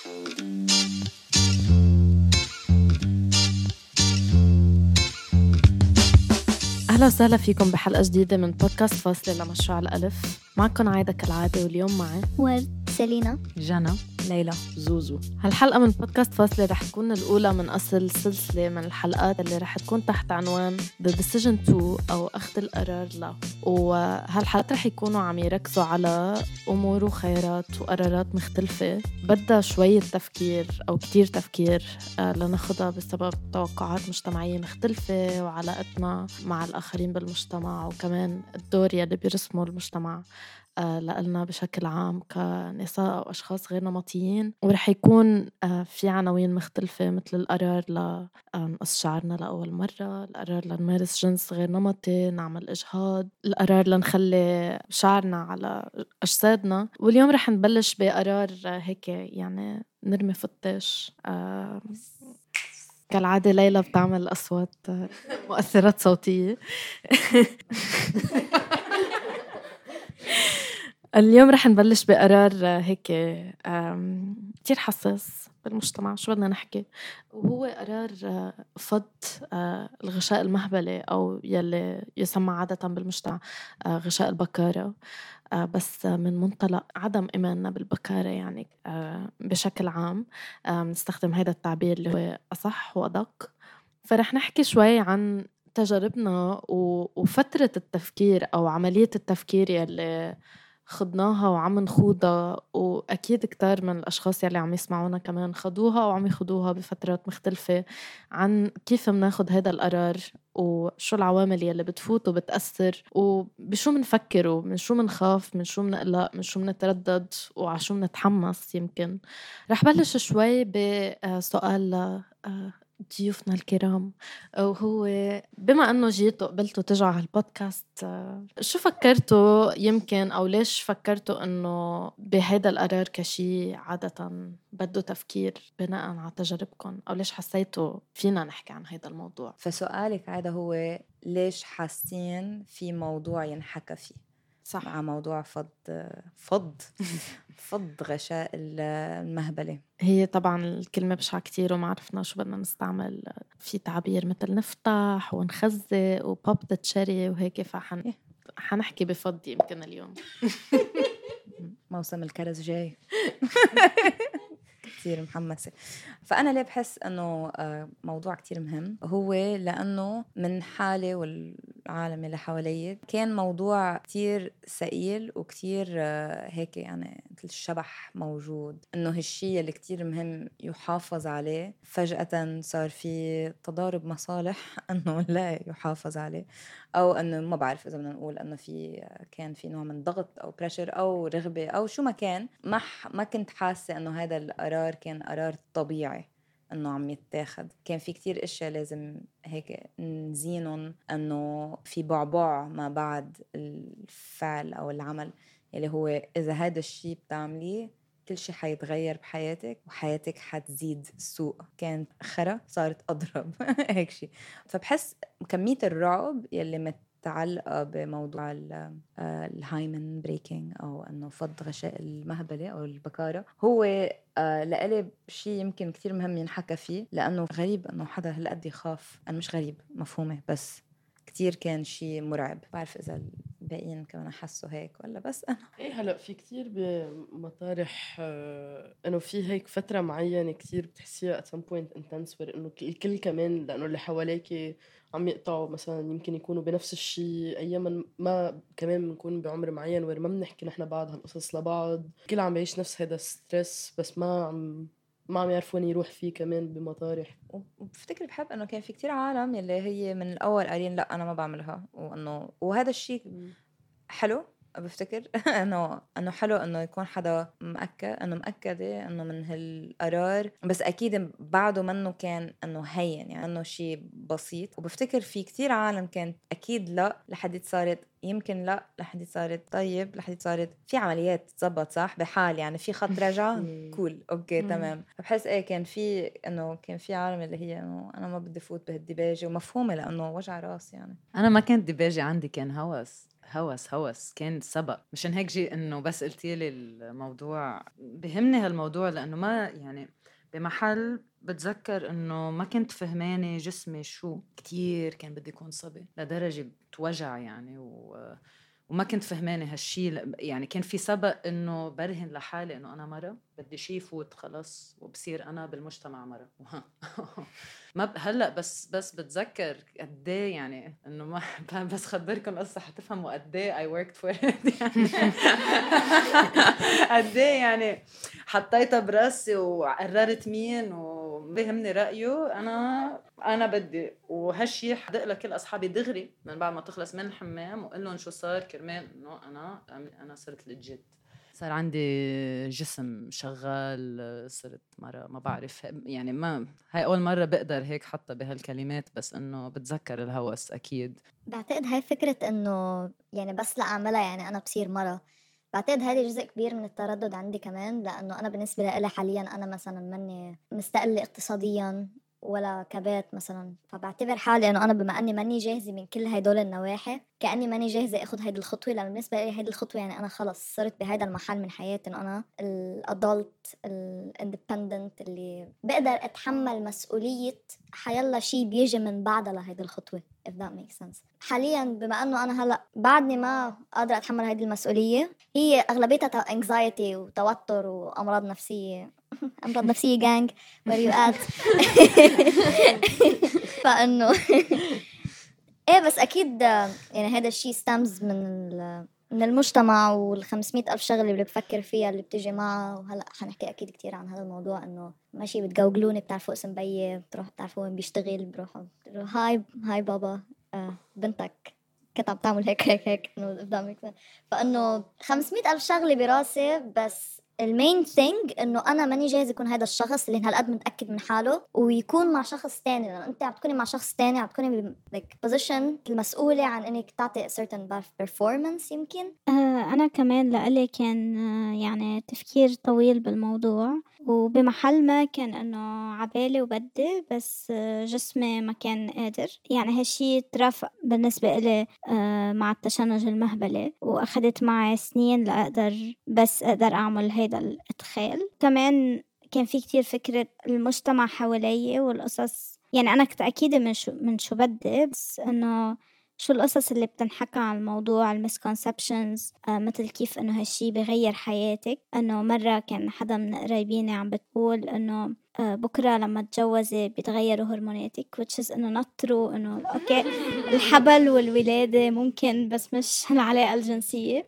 أهلا وسهلا فيكم بحلقة جديدة من بودكاست فاصلة لمشروع الألف. معكم عايدة كالعادة، واليوم معي ورد، سيلينا، جانا، ليلى، زوزو. هالحلقة من بودكاست فاصلة رح تكون الأولى من أصل سلسلة من الحلقات اللي رح تكون تحت عنوان The Decision To أو أخذ القرار لا. وهالحلقات رح يكونوا عم يركزوا على أمور وخيارات وقرارات مختلفة بدها شوية تفكير أو كتير تفكير لناخدها بسبب توقعات مجتمعية مختلفة وعلاقتنا مع الآخرين بالمجتمع، وكمان الدور يلي بيرسمه المجتمع لنا بشكل عام كنساء أو أشخاص غير نمطيين. ورح يكون في عناوين مختلفة مثل القرار لنقص شعرنا لأول مرة، القرار لنمارس جنس غير نمطي، نعمل إجهاض، القرار لنخلي شعرنا على أجسادنا. واليوم رح نبلش بقرار هيك يعني نرمي فتش. كالعادة ليلى بتعمل أصوات مؤثرات صوتية. اليوم رح نبلش بقرار هيك كتير حساس بالمجتمع. شو بدنا نحكي؟ وهو قرار فض الغشاء المهبلي أو يلي يسمى عادة بالمجتمع غشاء البكارة، بس من منطلق عدم إيماننا بالبكارة يعني بشكل عام نستخدم هذا التعبير اللي هو أصح وأدق. فرح نحكي شوي عن تجاربنا وفترة التفكير أو عملية التفكير يلي خضناها وعم نخوضها، وأكيد كتار من الأشخاص يلي عم يسمعونا كمان خدوها وعم يخدوها بفترات مختلفة، عن كيف مناخد هيدا القرار وشو العوامل يلي بتفوت وبتأثر وبشو منفكر ومن شو منخاف، من شو منقلق، من شو منتردد وعشو منتحمس. يمكن رح بلش شوي بسؤال ضيوفنا الكرام، وهو بما أنه جيتوا قبلتوا تجوا على البودكاست، شو فكرتوا يمكن أو ليش فكرتوا أنه بهذا القرار كشي عادة بده تفكير بناء على تجاربكم، أو ليش حسيتوا فينا نحكي عن هذا الموضوع؟ فسؤالك عادة هو ليش حاسين في موضوع ينحكى فيه؟ صح. مع موضوع فض غشاء المهبلة. هي طبعا الكلمة بشعة كتير وما عرفنا شو بدنا نستعمل. في تعبير مثل نفتح ونخزق وبوب ذا تشيري وهيك، حنحكي بفض يمكن اليوم. موسم الكرز جاي. كتير محمسة. فأنا ليه بحس أنه موضوع كتير مهم، هو لأنه من حالي والعالم اللي حوالي كان موضوع كتير سئيل وكتير هيك يعني مثل الشبح موجود، أنه هالشي اللي كتير مهم يحافظ عليه فجأة صار في تضارب مصالح أنه لا يحافظ عليه، أو أنه ما بعرف إذا بدنا نقول أنه كان في نوع من ضغط أو بريشر أو رغبة أو شو ما كان. ما كنت حاسة أنه هذا القرار كان قرار طبيعي أنه عم يتاخد. كان في كتير إشياء لازم هيك نزينهم، أنه في بعبع ما بعد الفعل أو العمل اللي هو إذا هذا الشيء بتعمليه كل شيء حيتغير بحياتك وحياتك حتزيد سوء. كانت خرا صارت أضرب. هيك شيء. فبحس كمية الرعب يلي متعلقة بموضوع الهايمن بريكينج أو أنه فض غشاء المهبلة أو البكارة هو لقلب شيء يمكن كتير مهم ينحكى فيه، لأنه غريب أنه حدا هالقد يخاف. أنا مش غريب، مفهومة، بس كتير كان شيء مرعب. بعرف إذا الباقيين كمان حسوا هيك ولا بس أنا. ايه هلا في كتير بمطارح انه في هيك فتره معينه كتير بتحسيها at some point intense where انه الكل كمان لانه اللي حواليك عم يقطعوا مثلا يمكن يكونوا بنفس الشيء ايام ما كمان بنكون بعمر معين وين ما بنحكي نحن بعض هالقصص لبعض، كل عم بيعيش نفس هذا الستريس بس ما عم يعرفون يروح فيه كمان بمطارح. وبفتكر بحب انه كان في كتير عالم يلي هي من الاول قالين لا انا ما بعملها، وهذا الشيء حلو. بفتكر انه حلو انه يكون حدا مأكدة انه من هالقرار، بس اكيد بعده منه كان انه هين، يعني انه شيء بسيط. وبفتكر في كتير عالم كانت اكيد لا لحد صارت، يمكن لا لحد صارت، طيب لحد صارت في عمليات تزبط صح بحال، يعني في خط رجع كول اوكي تمام. بحس كان في عالم اللي هي انه انا ما بدي فوت بهالدباجه، ومفهومه لانه وجع راس. يعني أنا ما كانت دباجة عندي، كان هوس. هوس كان سبق. مشان هيك جي انه بس قلتي لي الموضوع بهمني هالموضوع، لانه ما يعني بمحل بتذكر انه ما كنت فهمانه جسمي شو كتير كان بدي يكون صبي لدرجه بتوجع يعني، وما كنت فهمانه هالشي. يعني كان في سبق انه برهن لحالي انه انا مرة بدي شي يفوت خلص وبصير انا بالمجتمع مرة. ما هلا بس بتذكر قد ايه يعني انه ما بس خبركم قصه حتفهموا قد ايه I worked for it يعني. قد ايه يعني حطيتها براسي وقررت مين وبهمني رايه، انا بدي. وهالشي حدق لكل اصحابي دغري من بعد ما تخلص من الحمام وقول لهم شو صار، كرمال انه انا صرت لجيت، صار عندي جسم شغال، صرت مرة ما بعرف يعني. ما هاي أول مرة بقدر هيك حتى بهالكلمات، بس إنه بتذكر الهوس أكيد. بعتقد هاي فكرة إنه يعني بس لأعملها يعني أنا بصير مرة، بعتقد هذا جزء كبير من التردد عندي كمان، لأنه أنا بالنسبة لي حاليا أنا مثلا مني مستقلة اقتصاديا ولا كبات مثلا، فبعتبر حالي انه انا بما اني ماني جاهزه من كل هدول النواحي كاني ماني جاهزه اخذ هيدي الخطوه، لانه بالنسبه لي هيدي الخطوه يعني انا خلص صرت بهذا المحل من حياتي انه انا الادلت الاندبندنت اللي بقدر اتحمل مسؤوليه حيلا شيء بيجي من بعدها لهيدي الخطوه if that makes sense. حاليا بما انه انا هلا بعدني ما قادره اتحمل هيدي المسؤوليه، هي اغلبيتها anxiety وتوتر وامراض نفسيه أمراض نفسية جانج where you at. فإنه إيه بس أكيد يعني هذا الشيء stems من المجتمع وال500,000 شغلة اللي بفكر فيها اللي بتجي معها. وهلأ حنحكي أكيد كتير عن هذا الموضوع، إنه ماشي بتجوجلوني بتعرفوا اسم بيي، بتروحوا بتعرفوا وين بيشتغل، بروحوا هاي بابا بنتك كنت عم تعمل هيك إنه قدامك. فإنه 500,000 شغلة براسي، بس المين ثينج انه انا ماني جاهزه يكون هذا الشخص اللي هالقد متاكد من حاله ويكون مع شخص تاني، لانه انت عم تكوني مع شخص تاني عم تكوني بوزيشن المسؤوله عن انك تعطي certain performance. يمكن انا كمان لإلي كان يعني تفكير طويل بالموضوع، وبمحل ما كان انه عبالي وبدي، بس جسمي ما كان قادر. يعني هالشي ترافق بالنسبة إلي مع التشنج المهبلي، وأخذت معي سنين لأقدر بس أقدر أعمل هيدا الإدخال. كمان كان في كتير فكرة المجتمع حوالي والقصص، يعني أنا كنت أكيدة من شو بدي، بس إنه شو القصص اللي بتنحكى عن الموضوع، المسكونسبشنز، مثل كيف انه هالشي بغير حياتك. انه مرة كان حدا من قرايبيني عم بتقول انه بكرة لما تتجوزي بيتغيروا هرموناتك، which is انه not true. انه اوكي الحبل والولادة ممكن، بس مش العلاقة الجنسية.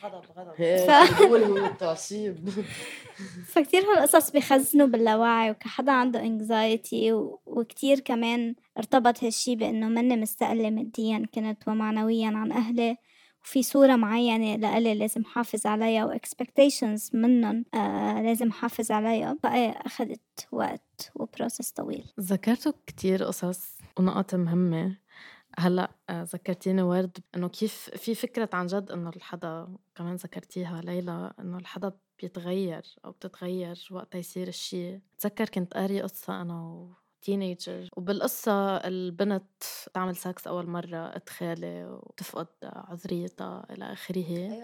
بقول هو التعصيب. فكتير هالقصص بيخزنوا باللاوعي، وكحدا عنده anxiety وكتير كمان ارتبط هالشي بأنه مني مستقلة ماديا كنت ومعنويا عن أهلي، وفي صورة معينة لألي لازم حافظ عليها و expectations منهم لازم حافظ عليها. فأخذت وقت وبروسس طويل. ذكرتوا كتير قصص ونقاط مهمة. هلأ ذكرتيني ورد إنه كيف في فكرة عن جد إنه الحدا، كمان ذكرتيها ليلى، إنه الحدا بيتغير أو بتتغير وقت يصير الشيء. تذكر كنت قاري قصة أنا تينيجر، وبالقصة البنت تعمل ساكس أول مرة إدخالي وتفقد عذريتها إلى آخره.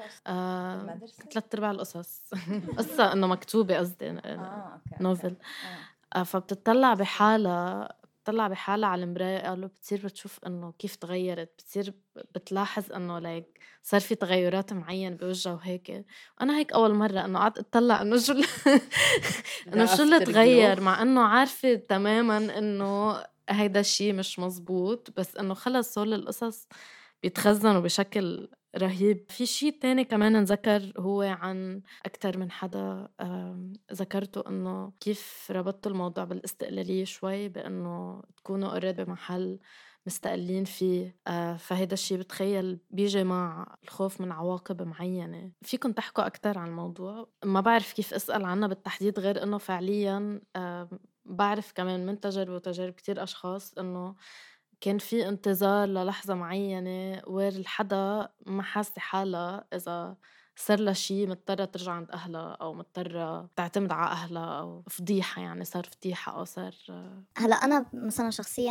3/4 القصص قصة إنه مكتوبة قصدي نوفل. فبتطلع بحالها على المراية، قالوا بتصير بتشوف إنه كيف تغيرت، بتصير بتلاحظ إنه صار في تغيرات معين بوجهها وهيك. أنا هيك أول مرة إنه قعدت أطلع إنه شو إنه شو اللي تغير، مع إنه عارفة تماماً إنه هيدا الشيء مش مزبوط، بس إنه خلص هول القصص بيتخزنوا بشكل رهيب. في شيء تاني كمان نذكر هو عن أكتر من حدا ذكرته، إنه كيف ربطوا الموضوع بالاستقلالية شوي، بأنه تكونوا قريب بمحل مستقلين فيه. فهيدا الشيء بتخيل بيجي مع الخوف من عواقب معينة. فيكن تحكوا أكتر عن الموضوع؟ ما بعرف كيف أسأل عنها بالتحديد، غير إنه فعليا بعرف كمان من تجارب كتير أشخاص إنه كان في انتظار للحظة معينة وير الحدا ما حاسة حالها إذا صار لها شيء مضطرة ترجع عند أهلها أو مضطرة تعتمد على أهلها، أو فضيحة يعني صار فضيحة أو صار. هلا أنا مثلا شخصيا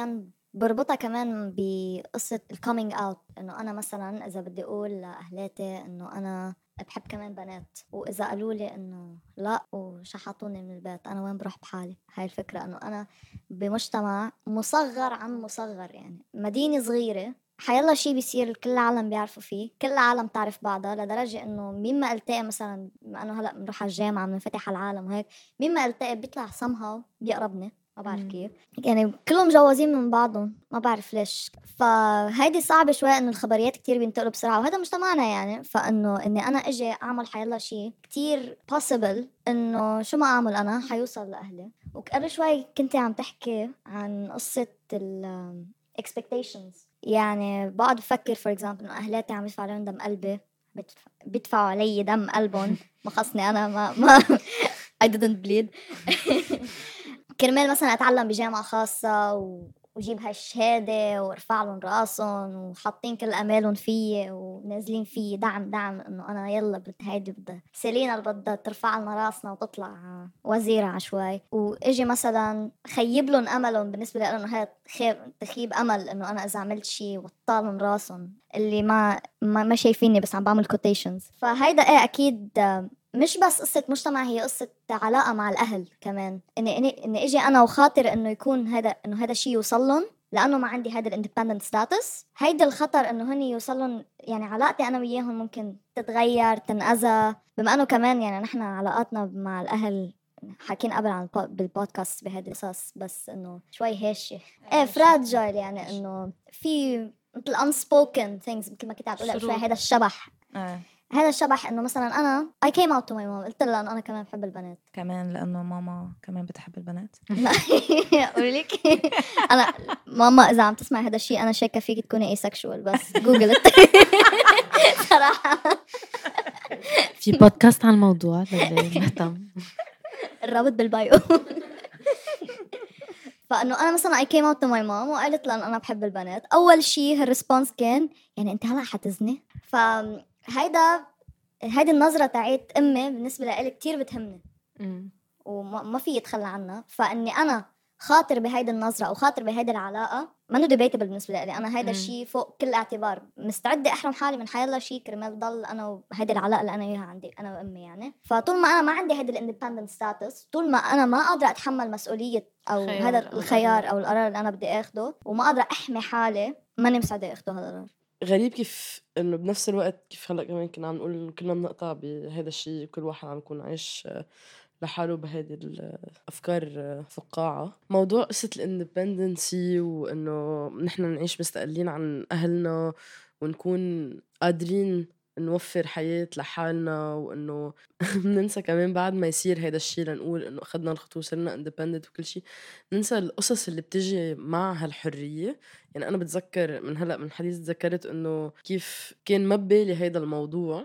بربطها كمان بقصة الكومينج اوت، انه انا مثلا اذا بدي اقول لاهلاتي انه انا بحب كمان بنات، واذا قالوا لي انه لا وشحطوني من البيت، انا وين بروح بحالي؟ هاي الفكرة انه انا بمجتمع مصغر عن مصغر، يعني مدينة صغيرة حيلا شي بيصير كل العالم بيعرفوا فيه، كل العالم تعرف بعضها، لدرجة انه مين ما التقي مثلا، بما انه هلا بنروح على الجامعة بنفتح على العالم وهيك، مين ما التقي بيطلع somehow بيقربني، ما بعرف كيف، يعني كلهم مجوزين من بعضهم ما بعرف ليش. فهيدي صعبة شوي انه الخبريات كتير بينتقلوا بسرعة، وهذا مجتمعنا يعني، فانه اني انا اجي اعمل حيلا شيء كتير possible انه شو ما اعمل انا حيوصل لاهلي. وقبل شوي كنت عم تحكي عن قصة ال expectations، يعني بقعد بفكر for example انه اهلاتي عم يدفعوا لهم دم قلبي، بيدفعوا علي دم قلبهم، ما خصني انا ما I didn't bleed كرمال مثلا اتعلم بجامعة خاصة وجيب هالشهادة وارفع لهم راسهم، وحاطين كل امالهم فيي ونازلين فيي دعم انه انا يلا هيدي بدها سيلينا اللي بدها ترفع لنا راسنا وتطلع وزيرة عشوائي، واجي مثلا خيب لهم املهم بالنسبة لي انه هي تخيب امل انه انا اذا عملت شيء وطالهم راسهم اللي ما شايفيني بس عم بعمل كوتيشنز. فهيدا اكيد مش بس قصة مجتمع، هي قصة علاقة مع الأهل كمان، إني إجي أنا وخاطر إنه يكون هذا الشيء يوصلهم، لأنه ما عندي هذا الاندبندنت ستاتس. هيدا الخطر إنه هني يوصلهم، يعني علاقتي أنا وياهم ممكن تتغير تنأذى، بما إنه كمان يعني نحن علاقاتنا مع الأهل حاكين قبل عن بالبودكاست بهذه القصص، بس إنه شوي هشة فراجايل، يعني إنه في مثل unspoken things مثل ما كنت عم تقول شوي، هذا الشبح هذا الشبح انه مثلا انا I came out to my mom، قلت لها انه انا كمان بحب البنات كمان لانه ماما كمان بتحب البنات. اقول لك انا ماما اذا عم تسمع هذا الشيء انا شاكه فيك تكوني asexual، بس جوجل صراحه في بودكاست عن الموضوع للي مهتم، الرابط بالبايو. فانه انا مثلا I came out to my mom وقالت لها انا بحب البنات، اول شيء الريسبونس كان يعني انت هلا حتزني. هيدي النظرة تاعت أمي بالنسبة لي كتير بتهمني وما في يتخلى عنها. فإني أنا خاطر بهيدي النظرة أو خاطر بهيدي العلاقة ما debatable بالنسبة لي، أنا هيدا الشيء فوق كل اعتبار، مستعدة أحرم حالي من حيالله شيء كرمال ضل أنا وهيدي العلاقة اللي أنا إياها عندي أنا وأمي يعني. فطول ما أنا ما عندي هيدي الاندبندنت ستاتس، طول ما أنا ما قادرة أتحمل مسؤولية أو هذا الخيار أو القرار اللي أنا بدي أخده، وما قادرة أحمي حالي، ماني مساعدة أخده هذا القرار. غريب كيف انه بنفس الوقت كيف هلا كمان كنا عم نقول انه كلنا بنقطع بهذا الشيء، كل واحد عم يكون عايش لحاله بهذه الافكار فقاعه. موضوع قصه الاندبندنسي وانه نحن نعيش مستقلين عن اهلنا ونكون قادرين نوفر حياة لحالنا، وانه بننسى كمان بعد ما يصير هذا الشيء لنقول انه اخذنا الخطوة صرنا اندبندنت وكل شيء، ننسى القصص اللي بتجي مع هالحرية. يعني انا بتذكر من هلا من حديث تذكرت انه كيف كان ما ببالي هيدا الموضوع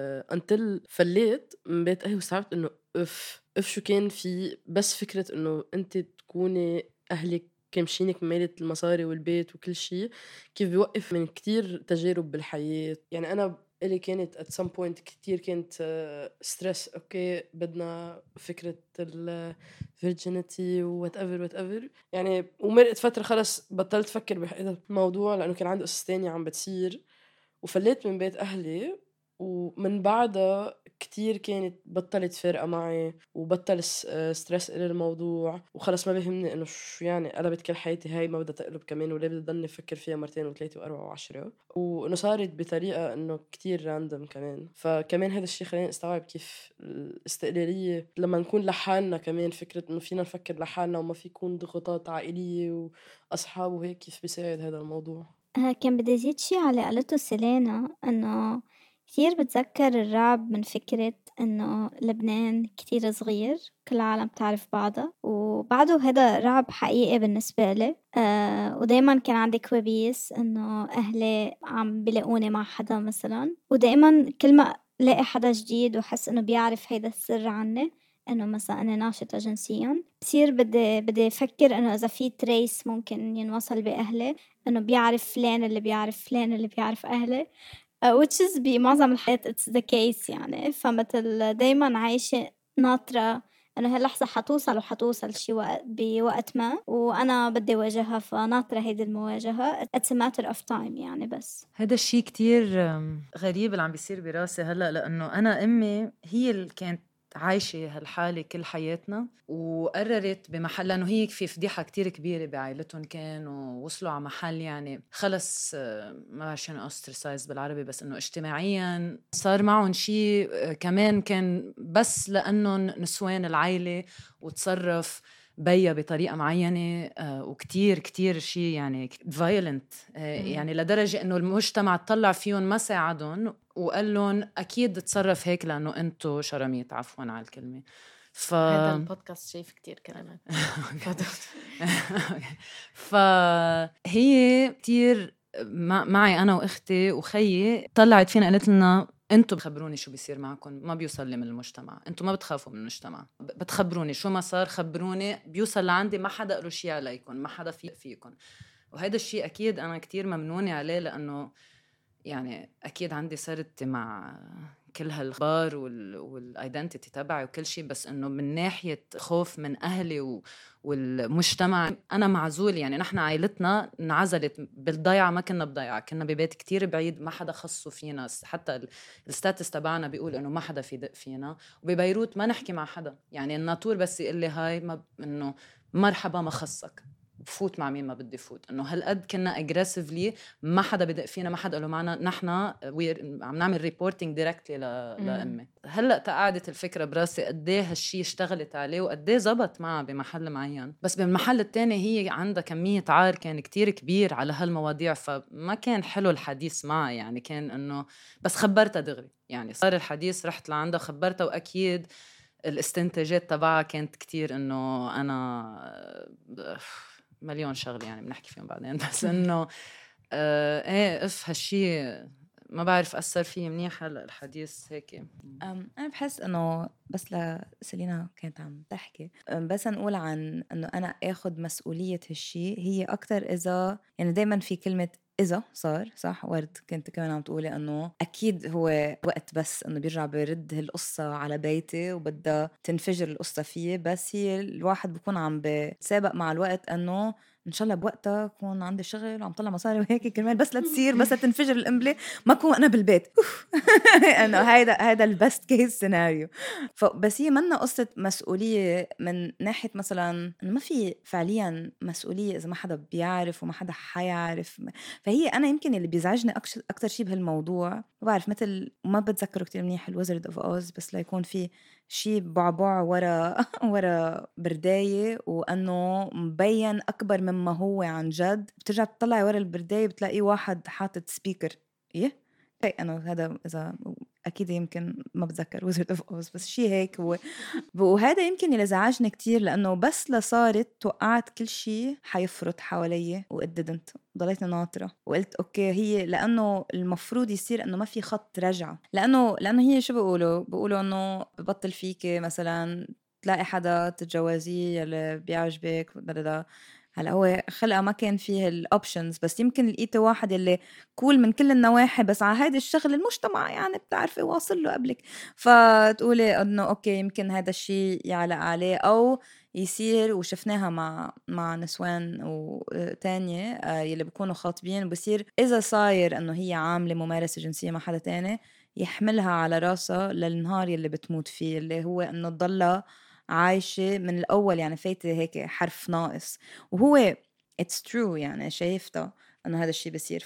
انتل فليت من بيت اهلي واستوعبت انه اف شو كان في بس فكرة انه انت تكوني اهلك كمشينك مالة المصاري والبيت وكل شيء، كيف بيوقف من كتير تجارب بالحياة. يعني أنا اللي كانت at some point كتير كانت stress، أوكي بدنا فكرة ال virginity و whatever يعني، ومرقت فترة خلص بطلت فكر بهذا الموضوع لأنه كان عندي قصص تانية عم بتصير، وفليت من بيت أهلي. ومن بعدها كتير كانت بطلت فارقة معي وبطل ستريس إلى الموضوع، وخلص ما بيهمني إنه شو يعني قلبت كل حياتي هاي ما بدها تقلب كمان، ولا بدي ضلني أفكر فيها مرتين وثلاثة وأربعة وعشرة، وإنه صارت بطريقة إنه كتير راندم كمان. فكمان هذا الشيء خليني استوعب كيف الاستقلالية لما نكون لحالنا، كمان فكرة إنه فينا نفكر لحالنا وما في يكون ضغوطات عائلية وأصحاب وهيك، كيف بيساعد هذا الموضوع. كان بدي أزيد شي على قالته سيلينا، إنه كتير بتذكر الرعب من فكرة إنه لبنان كتير صغير، كل العالم تعرف بعضها، وبعده هذا رعب حقيقي بالنسبة لي. ودايما كان عندي كوابيس إنه أهلي عم بلاقوني مع حدا مثلا، ودايما كل ما لاقي حدا جديد وحس إنه بيعرف هيدا السر عني، إنه مثلا أنا ناشطة جنسيا، بصير بدي أفكر إنه إذا في تريس ممكن ينوصل بأهلي، إنه بيعرف فلان اللي بيعرف فلان اللي بيعرف أهلي، which is بمعظم الحالات it's the case يعني. فمثل دايما عايشة ناطرة إنه هاللحظة حتوصل شي وقت بوقت ما، وأنا بدي أواجهها، فناطرة هيدي المواجهة. It's a matter of time يعني. بس هذا الشيء كتير غريب اللي عم بيصير براسي هلأ، لأنه أنا أمي هي اللي كانت عايشة هالحالة كل حياتنا، وقررت بمحل، لأنه هي في فضيحة كتير كبيرة بعائلتهم، كانوا وصلوا على محل يعني خلص ما بعرف شنو ostracized بالعربي، بس إنه اجتماعيا صار معهم شيء كمان كان بس لأنهم نسوان العائلة وتصرف بيا بطريقة معينة وكتير كتير شيء يعني violent يعني لدرجة إنه المجتمع طلع فيهم ما ساعدهم وقال لهم أكيد تصرف هيك لأنه أنتو شرميت، عفواً على الكلمة. هذا البودكاست شايف كتير كلمات. فهي كتير معي أنا وأختي وخيي طلعت فينا قالت لنا انتوا بخبروني شو بيصير معكم، ما بيوصل لي من المجتمع، انتوا ما بتخافوا من المجتمع، بتخبروني شو ما صار، خبروني بيوصل لعندي، ما حدا قالوا شي عليكم، ما حدا فيكم. وهذا الشيء اكيد انا كتير ممنونة عليه، لانه يعني اكيد عندي صرت مع كل هالخبار والايدنتيتي تبعي وكل شيء، بس انه من ناحيه خوف من اهلي والمجتمع انا معزول. يعني نحن عائلتنا انعزلت بالضيعه، ما كنا بضيعه، كنا ببيت كتير بعيد، ما حدا خصو فينا، حتى الستاتس تبعنا بيقول انه ما حدا في دق فينا. وببيروت ما نحكي مع حدا، يعني الناطور بس يقول لي هاي ما انه مرحبا ما خصك، بفوت مع مين ما بدي فوت. انه هالقد كنا اجريسيفلي، ما حدا بدق فينا، ما حدا قالوا معنا، نحن عم نعمل ريبورتنج دايركتلي لامي. هلا تقعدت الفكره براسي قد ايه هالشيء اشتغلت عليه وقد ايه زبط معها بمحل معين، بس بالمحل الثاني هي عندها كميه عار كان كتير كبير على هالمواضيع، فما كان حلو الحديث معها. يعني كان انه بس خبرتها دغري، يعني صار الحديث رحت لعندها خبرتها، واكيد الاستنتاجات تبعها كانت كتير انه انا مليون شغله يعني بنحكي فيهم بعدين، بس انه ايه هالشي ما بعرف أثر فيه منيح هلا الحديث هيك. أنا بحس إنه بس لسيلينا كانت عم تحكي، بس نقول عن إنه أنا أخذ مسؤولية هالشي، هي أكتر إذا يعني دايما في كلمة إذا صار صح. ورد كنت كمان عم تقولي إنه أكيد هو وقت بس إنه بيرجع بيرد هالقصة على بيتي وبدها تنفجر القصة فيه، بس هي الواحد بيكون عم بتسابق مع الوقت إنه إن شاء الله بوقتها كون عندي شغل وعم طلع مصاري وهيك كرمال بس لا تصير، بس تنفجر القنبلة ما كون أنا بالبيت. إنه هيدا البست كيس سيناريو. بس هي منا قصة مسؤولية من ناحية مثلا إنه ما في فعليا مسؤولية إذا ما حدا بيعرف وما حدا حيعرف. فهي أنا يمكن اللي بيزعجني أكتر شيء بهالموضوع، ما بعرف، مثل ما بتذكره كتير منيح الوزرد أوف أوز، بس ليكون في شيء بعبع ورا برداية وأنه مبين أكبر مما هو عن جد، بترجع تطلعي ورا البرداية بتلاقي واحد حاطط سبيكر. إيه أنا هذا إذا أكيد يمكن ما بتذكر وزرد أوف أوز، بس شيء هيك هو. وهذا يمكن اللي زعجني كتير، لأنه بس لصارت توقعت كل شيء حيفرط حوالي وقددنت ضليت ناطرة وقلت أوكي، هي لأنه المفروض يصير أنه ما في خط رجعة، لأنه هي شو بيقولوا أنه ببطل فيك مثلا تلاقي حدا تتجوزيه اللي بيعجبك هلا هو خلقه ما كان فيه الاوبشنز، بس يمكن لقيته واحد اللي كول من كل النواحي، بس على هيدا الشغل المجتمع يعني بتعرفي واصل له قبلك، فتقولي انه اوكي يمكن هذا الشيء يعلق عليه او يصير. وشفناها مع نسوان وتانية يلي بيكونوا خاطبين، بصير اذا صاير انه هي عامله ممارسه جنسيه مع حدا تاني يحملها على راسها للنهار يلي بتموت فيه، اللي هو انه تضلها عايشة من الأول يعني فايتة هيك حرف ناقص. وهو it's true يعني شايفته أنه هذا الشيء بيصير.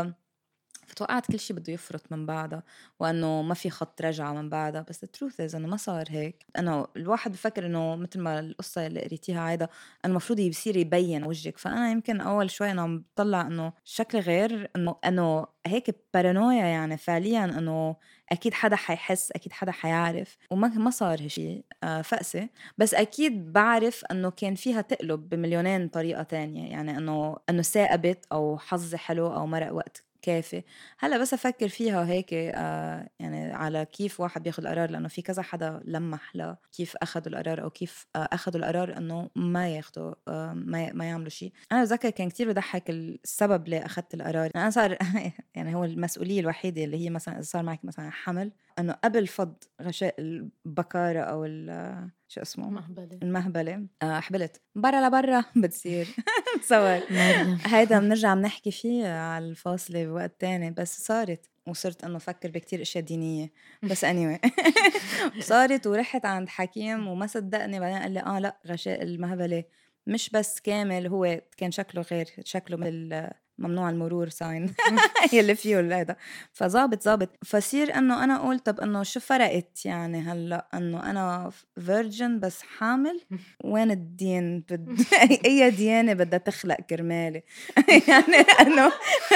فتوقعت كل شيء بده يفرط من بعدها وأنه ما في خط رجعة من بعدها، بس التروث إذا أنه ما صار هيك. أنه الواحد بفكر أنه مثل ما القصة اللي قريتيها عايدة المفروض يصير يبين وجهك، فأنا يمكن أول شوي أنا عم بطلع أنه شكل غير أنه هيك بارانويا يعني فعليا أنه أكيد حدا حيحس، أكيد حدا حيعرف، وما صار هالشي فأسة. بس أكيد بعرف أنه كان فيها تقلب بمليونين طريقة تانية، يعني أنه ثاقبت أو حظ حلو أو مرق وقت كافي. هلا بس افكر فيها هيك يعني على كيف واحد بياخد القرار، لانه في كذا حدا لمح له كيف اخذوا القرار او كيف اخذوا القرار انه ما ياخذوا ما يعملوا شيء. انا بتذكر كان كتير بضحك السبب اللي اخذت القرار. انا صار يعني هو المسؤوليه الوحيده اللي هي مثلا اذا صار معك مثلا حمل انه قبل فض غشاء البكاره او شو اسمه المهبله حبلت برا لبرا بتصير تصور هيدا بنرجع بنحكي فيه على الفاصله بوقت تاني. بس صارت وصرت انه افكر بكتير اشياء دينيه بس anyway صارت ورحت عند حكيم وما صدقني. بعدين قال لي لا غشاء المهبله مش بس كامل، هو كان شكله غير، شكله مثل ممنوع المرور ساين يلي فيه هذا. فظابط فصير انه انا اقول طب انه شو فرقت يعني هلا انه انا فيرجن بس حامل؟ وين الدين؟ اي ديانه بدها تخلق كرمالي يعني انه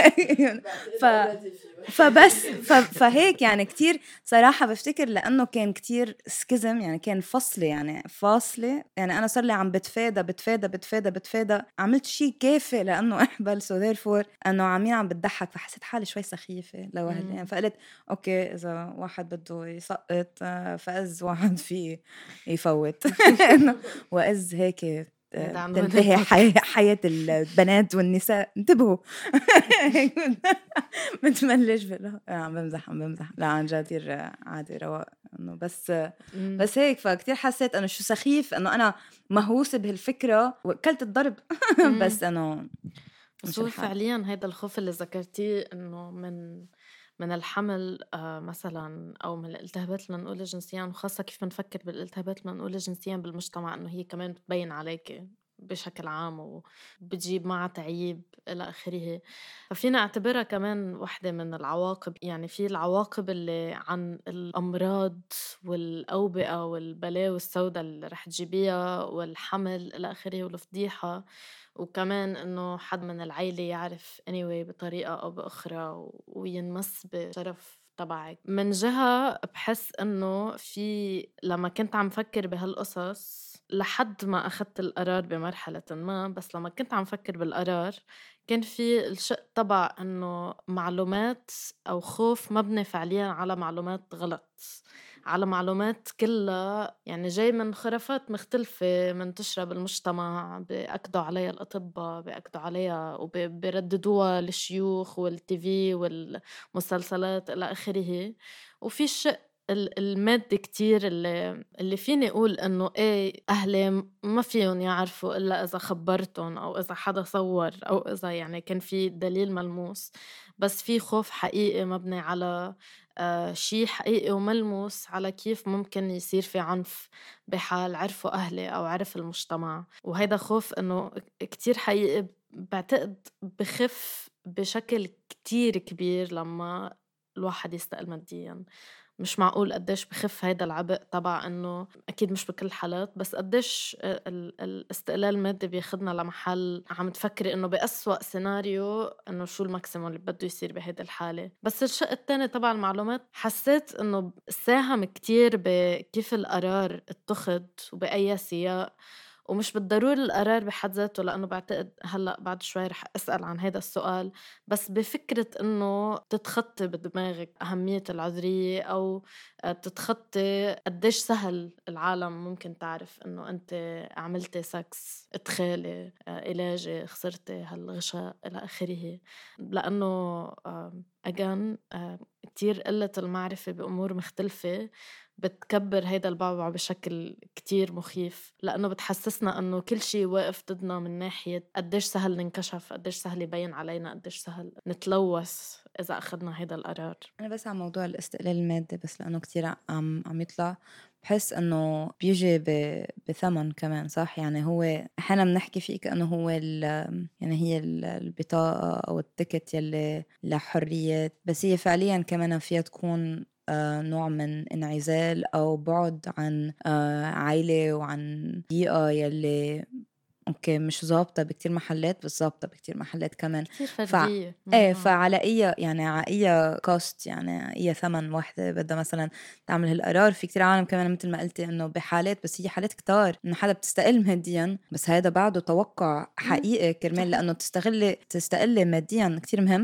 فبس فهيك يعني كتير صراحه بفتكر لانه كان كتير سكزم يعني كان فاصله يعني انا صار لي عم بتفادى عملت شيء كافي لانه احبل سو ذيرفور انه عم بتضحك. فحسيت حالي شوي سخيفه لوهله يعني. فقلت اوكي اذا واحد بده يسقط فاز واحد فيه يفوت واذ هيك تنتهي حياة البنات والنساء. انتبهوا بتملش عم بمزح لا عن جد عادي رواق انه بس هيك. فكتير حسيت انه شو سخيف انه انا مهووسة بهالفكرة وكلت الضرب بس انه بس هو فعليا هيدا الخوف اللي ذكرتيه انه من الحمل مثلا او من الالتهابات المنقولة جنسيا، وخاصة كيف بنفكر بالالتهابات المنقولة جنسيا بالمجتمع انه هي كمان بتبين عليك بشكل عام وبتجيب معها تعيب إلى آخره. ففينا اعتبرها كمان واحدة من العواقب، يعني في العواقب اللي عن الأمراض والأوبئة والبلاوي السوداء اللي رح تجيبيها والحمل إلى آخره والفضيحة، وكمان إنه حد من العيلة يعرف anyway بطريقة أو بأخرى وينمس بشرف تبعك. من جهة بحس إنه في لما كنت عم فكر بهالقصص لحد ما أخذت القرار بمرحلة ما، بس لما كنت عم فكر بالقرار كان في الشق تبع إنه معلومات أو خوف مبني فعليا على معلومات غلط، على معلومات كلها يعني جاي من خرافات مختلفة منتشرة بالمجتمع، بأكدوا عليها الأطباء، بأكدوا عليها وبرددوها الشيوخ والتيفي والمسلسلات إلى آخره. وفي الشق المادة كتير اللي فيني أقول إنه إيه أهلي ما فيهم يعرفوا إلا إذا خبرتهم أو إذا حدا صور أو إذا يعني كان في دليل ملموس. بس في خوف حقيقي مبني على شيء حقيقي وملموس على كيف ممكن يصير في عنف بحال عرفوا أهلي أو عرف المجتمع. وهيدا خوف إنه كتير حقيقي بعتقد بخف بشكل كتير كبير لما الواحد يستقل مادياً. مش معقول قديش بخف هيدا العبء تبع انه اكيد مش بكل الحالات، بس قديش الاستقلال المادي بياخدنا لمحل عم تفكري انه بأسوأ سيناريو انه شو الماكسيموم اللي بده يصير بهيدا الحالة. بس الشق الثاني تبع المعلومات حسيت انه ساهم كتير بكيف القرار اتخذ وبأي سياق، ومش بالضروري القرار بحد ذاته، لأنه بعتقد هلأ بعد شوي رح أسأل عن هذا السؤال، بس بفكرة إنه تتخطي بدماغك أهمية العذرية أو تتخطي قديش سهل العالم ممكن تعرف إنه أنت عملتي سكس إدخالي علاجي خسرتي هالغشاء إلى آخره. لأنه أجان كتير قلة المعرفة بأمور مختلفة بتكبر هيدا البعبع بشكل كتير مخيف، لأنه بتحسسنا أنه كل شيء واقف ضدنا من ناحية قديش سهل ننكشف، قديش سهل يبين علينا، قديش سهل نتلوث إذا أخذنا هيدا القرار. أنا بس عن موضوع الاستقلال المادي بس لأنه كتير عم يطلع بحس أنه بيجي بثمن كمان، صح؟ يعني هو أحيانا بنحكي فيه كأنه هو يعني هي البطاقة أو التيكت يلي لحرية، بس هي فعليا كمان فيها تكون نوع من انعزال أو بعد عن عائلة وعن بيئة يلي اوكي مش ظابطه بكتير محلات بس ظابطه بكتير محلات كمان كتير فرديه. فعلى اي يعني على اي كوست، يعني اي ثمن وحده بدها مثلا تعمل هالقرار. في كتير عالم كمان مثل ما قلتي انه بحالات، بس هي حالات كتار انه حدا بتستقل ماديا، بس هذا بعده توقع حقيقي كرمال لانه تستقلي ماديا كتير مهم،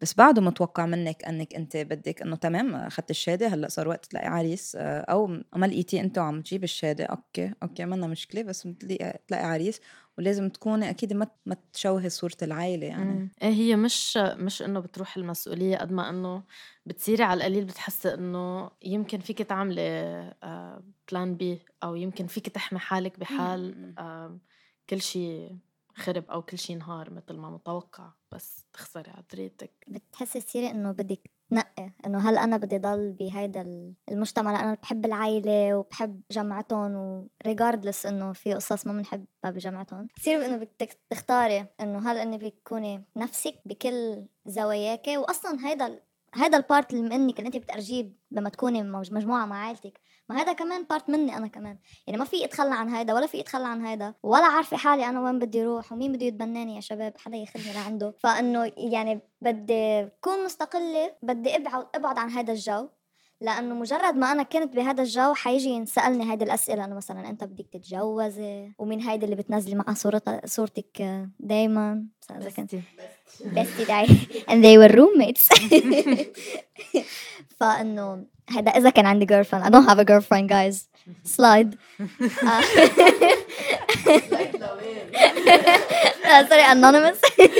بس بعده متوقع منك انك انت بدك انه تمام اخذت الشهاده هلا صار وقت تلاقي عريس، او ما لقيتي انت وعم تجيب الشهاده، اوكي منا مشكله، بس تلاقي عريس، ولازم تكوني اكيد ما تشوهي صوره العائله يعني. ايه هي مش انه بتروح المسؤوليه قد ما انه بتصيري على القليل بتحسي انه يمكن فيك تعملي بلان بي، او يمكن فيك تحمي حالك بحال كل شيء خرب او كل شيء انهار مثل ما متوقع، بس تخسري عطريتك. بتحسي تصيري انه بدك تنقي انه هل انا بدي ضل بهيدا المجتمع لأن انا بحب العائله وبحب جمعتهم، وريغاردلس انه في قصص ما بنحبها بجمعتهم، تصير انه بدك تختاري انه هل انك بدك تكوني نفسك بكل زواياك، واصلا هيدا البارت اللي منك اللي انت بترجيه لما تكوني مجموعه مع عائلتك، ما هذا كمان بارت مني انا كمان، يعني ما في اتخلى عن هيدا ولا في اتخلى عن هيدا، ولا عارفه حالي انا وين بدي اروح ومين بده يتبناني يا شباب، حدا ياخذني لعنده. فانه يعني بدي اكون مستقله، بدي ابعد عن هذا الجو، لانه مجرد ما انا كنت بهذا الجو حيجي ينسالني هيدي الاسئله، انه مثلا انت بدك تتجوزي، ومين هيدي اللي بتنزلي معها صورتك دايما، اذا كنت bestie داي and they were roommates. فانه هذا اذا كان عندي girlfriend. I don't have a girlfriend guys. slide. sorry anonymous.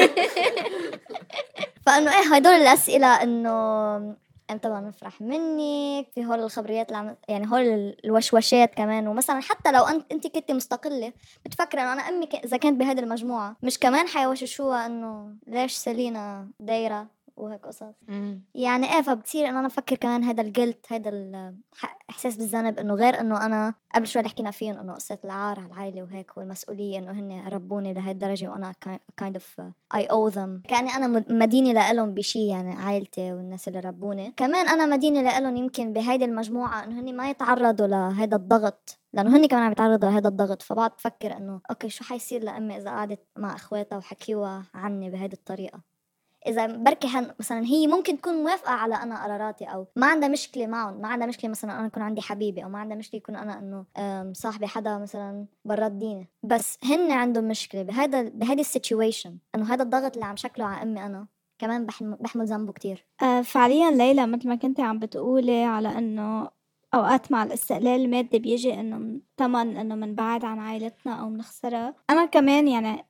فانه ايه هدول الاسئله، انه انت ما نفرح منك في هول الخبريات اللي يعني هول الوشوشات كمان. ومثلا حتى لو انت كنت مستقله بتفكر انه انا امي اذا كانت بهذه المجموعه مش كمان حيوشوشوها انه ليش سيلينا دايره وهيك قصص. يعني ايه، فبتصير انه انا افكر كمان هذا الجلد، هذا الاحساس بالذنب، انه غير انه انا قبل شوي حكينا فيه انه قصه العار على العائله وهيك والمسؤوليه، انه هن ربوني لهي الدرجه وانا kind of I owe them، كاني انا مدينه لهم بشيء، يعني عائلتي والناس اللي ربوني كمان انا مدينه لهم يمكن بهيدي المجموعه، انه هن ما يتعرضوا لهذا الضغط، لانه هن كمان عم يتعرضوا لهذا الضغط. فبعد بفكر انه اوكي شو حيصير لامي اذا قعدت مع اخواتها وحكيوها عني بهيدي الطريقه، إذا بركي مثلا هي ممكن تكون موافقة على أنا قراراتي، أو ما عندها مشكلة معهم، ما عندها مشكلة مثلا أنا يكون عندي حبيبي، أو ما عندها مشكلة يكون أنا إنه صاحبي حدا مثلا برات ديني، بس هن عندهم مشكلة بهيدي السيتويشن، إنه هذا الضغط اللي عم شكله على أمي أنا كمان بحمل ذنبه كتير. فعليا ليلى مثل ما كنتي عم بتقولي على إنه أوقات مع الاستقلال المادي بيجي إنه ثمن إنه منبعد عن عائلتنا أو منخسرها. أنا كمان يعني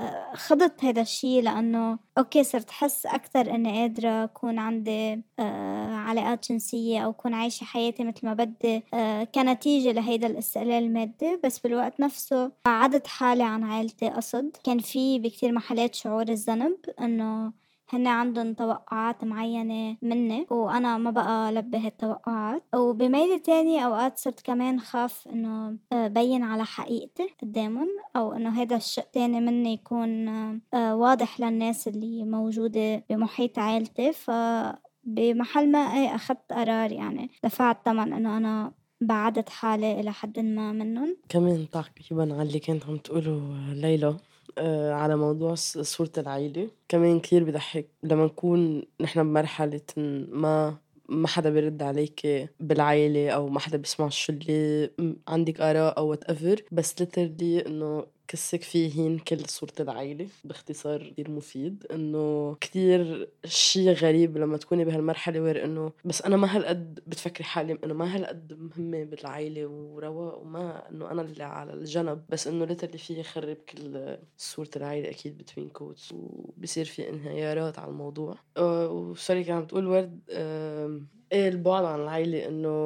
خضت هذا الشيء، لأنه أوكي صرت حس أكتر إني قادرة أكون عندي علاقات جنسية أو أكون عايشة حياتي مثل ما بدي كنتيجة لهيدا الاستقلال المادي، بس بالوقت نفسه بعدت حالي عن عائلتي قصد. كان في بكتير محلات شعور الذنب إنه هن عندهم توقعات معينة مني وأنا ما بقى لبي هالتوقعات. وبميلة تاني أوقات صرت كمان خاف إنه بين على حقيقتي قدامهم، أو إنه هذا الشيء تاني مني يكون واضح للناس اللي موجودة بمحيط عائلتي. فبمحل ما أخذت قرار، يعني دفعت ثمن إنه أنا بعدت حالي إلى حد ما منهم. كمان تقريبا على اللي كانت عم تقوله ليلى على موضوع صورة العائلة، كمان كتير بضحك لما نكون نحن بمرحلة ما حدا بيرد عليك بالعائلة، أو ما حدا بيسمع شو اللي عندك آراء أو whatever، بس literally إنه كسك فيهن كل صورة العائلة. باختصار كتير مفيد، إنه كتير شي غريب لما تكوني بهالمرحلة وير إنه بس أنا ما هالقد بتفكري حالي إنه ما هالقد مهمة بالعائلة ورواق، وما إنه أنا اللي على الجنب، بس إنه literally في يخرب كل صورة العائلة أكيد between quotes، وبصير في انهيارات على الموضوع. وسوري كان عم تقول ورد ايه البعد عن العائلة،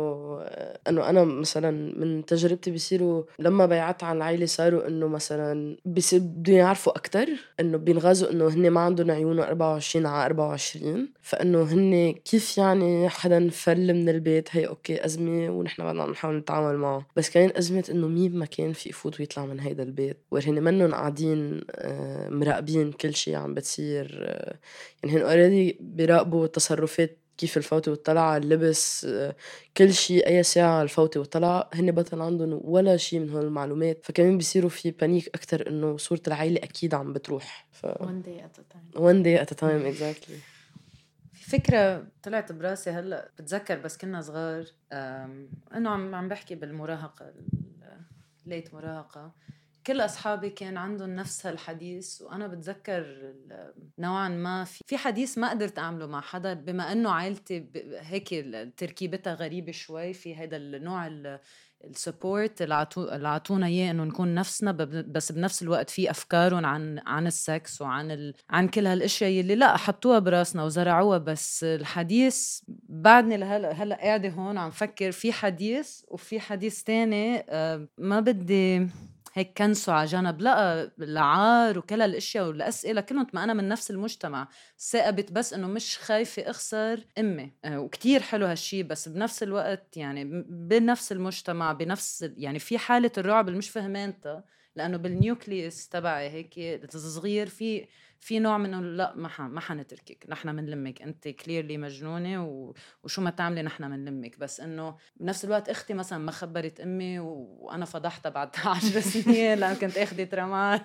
انه انا مثلا من تجربتي بيصيروا لما بيعت عن العائلة صاروا انه مثلا بيصير بدهم يعرفوا اكتر، انه بينغازوا انه هن ما عندهم عيون 24 على 24، فانه هن كيف يعني حدا فل من البيت، هي اوكي ازمة ونحن بدنا نحاول نتعامل معه، بس كمان ازمة انه مين ما كان في يفوت ويطلع من هيدا البيت، وهن منهم قاعدين مراقبين كل شيء عم بتصير، يعني هن اوريدي بيراقبوا تصرفات كيف الفوتة والطلعة، اللبس، كل شيء، أي ساعة الفوتة والطلعة، هن بطل عندهم ولا شيء من هول المعلومات، فكمان بيصيروا في بانيك أكتر إنه صورة العائلة أكيد عم بتروح. one day at a time. one day at a time exactly. في فكرة طلعت براسي هلأ، بتذكر بس كنا صغار إنه عم بحكي بالمراهقة، ليت مراهقة، كل أصحابي كان عندهم نفس هالحديث، وأنا بتذكر نوعا ما في حديث ما قدرت أعمله مع حدا، بما أنه عائلتي هيك تركيبتها غريبة شوي، في هيدا النوع السبورت اللي عطونا اياه انه نكون نفسنا، بس بنفس الوقت في افكارهم عن السكس عن كل هالاشياء اللي لا حطوها براسنا وزرعوها. بس الحديث بعدني هلا قاعده هون عم فكر في حديث، وفي حديث تاني ما بدي هيك كنسوا على جنب، لا العار وكل هالاشياء والاسئله كلهم ما انا من نفس المجتمع، ثاقبت بس انه مش خايفه اخسر امي، وكتير حلو هالشي. بس بنفس الوقت يعني بنفس المجتمع بنفس يعني في حاله الرعب اللي مش فهمانتها، لانه بالنيوكليوس تبعي هيك صغير في نوع منه لا ما حنتركك، نحن منلمك، انت كليرلي مجنونه وشو ما تعملي نحن منلمك. بس انه بنفس الوقت اختي مثلا ما خبرت امي وانا فضحتها بعد 10 سنين لأن كنت اخذت ترمال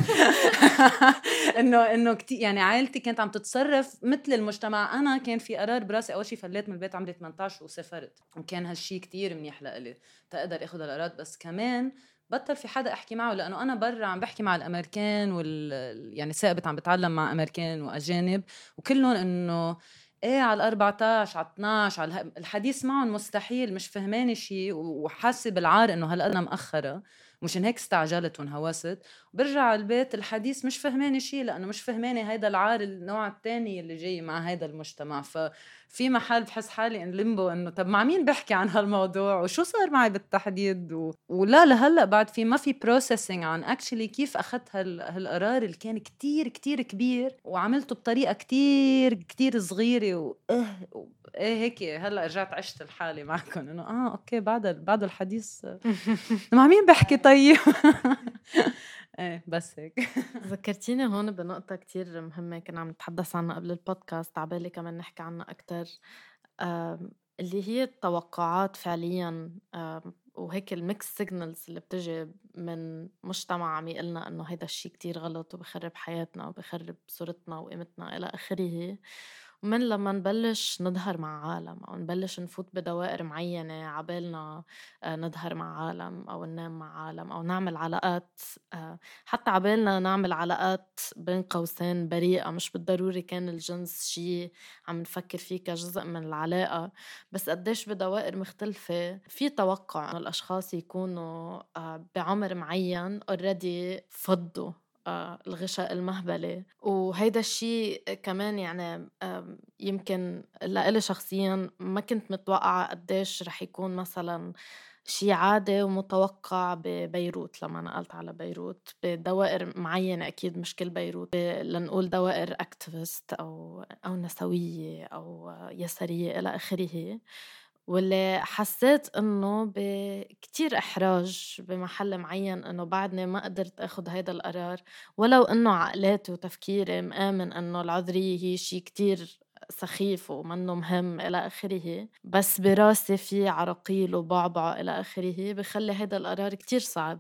انه كتير يعني عائلتي كانت عم تتصرف مثل المجتمع. انا كان في قرار براسي، اول شيء فليت من البيت عمري 18 وسافرت، وكان هالشي كتير منيح لإلي تقدر اخذ القرار. بس كمان بطل في حدا احكي معه، لانه انا برا عم بحكي مع الامريكان يعني ثابت عم بتعلم مع امريكان واجانب، وكلهم انه ايه على 14 على 12 على الحديث معهم مستحيل، مش فهماني شيء وحاسه بالعار انه هلا انا مأخره، مشان هيك استعجلت وانهوست. برجع على البيت الحديث مش فهماني شيء، لانه مش فهماني هيدا العار النوع الثاني اللي جاي مع هيدا المجتمع. ففي محل بحس حالي ان ليمبو، انه طب مع مين بحكي عن هالموضوع وشو صار معي بالتحديد ولا لهلا بعد ما في بروسيسنج عن اكشلي كيف اخذت هالقرار اللي كان كتير كتير كبير وعملته بطريقه كتير كتير صغيره ايه هيك. هلا رجعت عشت الحالي معكم انه اوكي بعد الحديث مع مين بحكي طيب. ايه بس هيك. ذكرتيني هون بنقطة كتير مهمة كنا عم نتحدث عنها قبل البودكاست، عبالي كمان نحكي عنها أكتر، اللي هي التوقعات فعليا، وهيك الميكس سيجنالز اللي بتجي من مجتمع عم يقلنا انه هيدا الشيء كتير غلط وبخرب حياتنا وبخرب صورتنا وقيمتنا الى اخره. ومن لما نبلش نظهر مع عالم او نبلش نفوت بدوائر معينة عبالنا نظهر مع عالم او ننام مع عالم او نعمل علاقات، حتى عبالنا نعمل علاقات بين قوسين بريئة، مش بالضروري كان الجنس شيء عم نفكر فيه كجزء من العلاقة، بس قديش بدوائر مختلفة في توقع أن الأشخاص يكونوا بعمر معين already فضوا الغشاء المهبلي. وهيدا الشيء كمان يعني يمكن لإلي شخصيا ما كنت متوقعة قديش رح يكون مثلا شيء عادي ومتوقع ببيروت. لما نقلت على بيروت بدوائر معينة، أكيد مش كل بيروت، لنقول دوائر أكتيفيست أو نسوية أو يسارية إلى آخره، واللي حسيت انه بكتير احراج بمحل معين انه بعدني ما قدرت اخد هيدا القرار، ولو انه عقلاتي وتفكيري مآمن انه العذرية هي شي كتير سخيف ومنه مهم إلى آخره، بس براسي في عراقيل وبعبع إلى آخره بخلي هيدا القرار كتير صعب.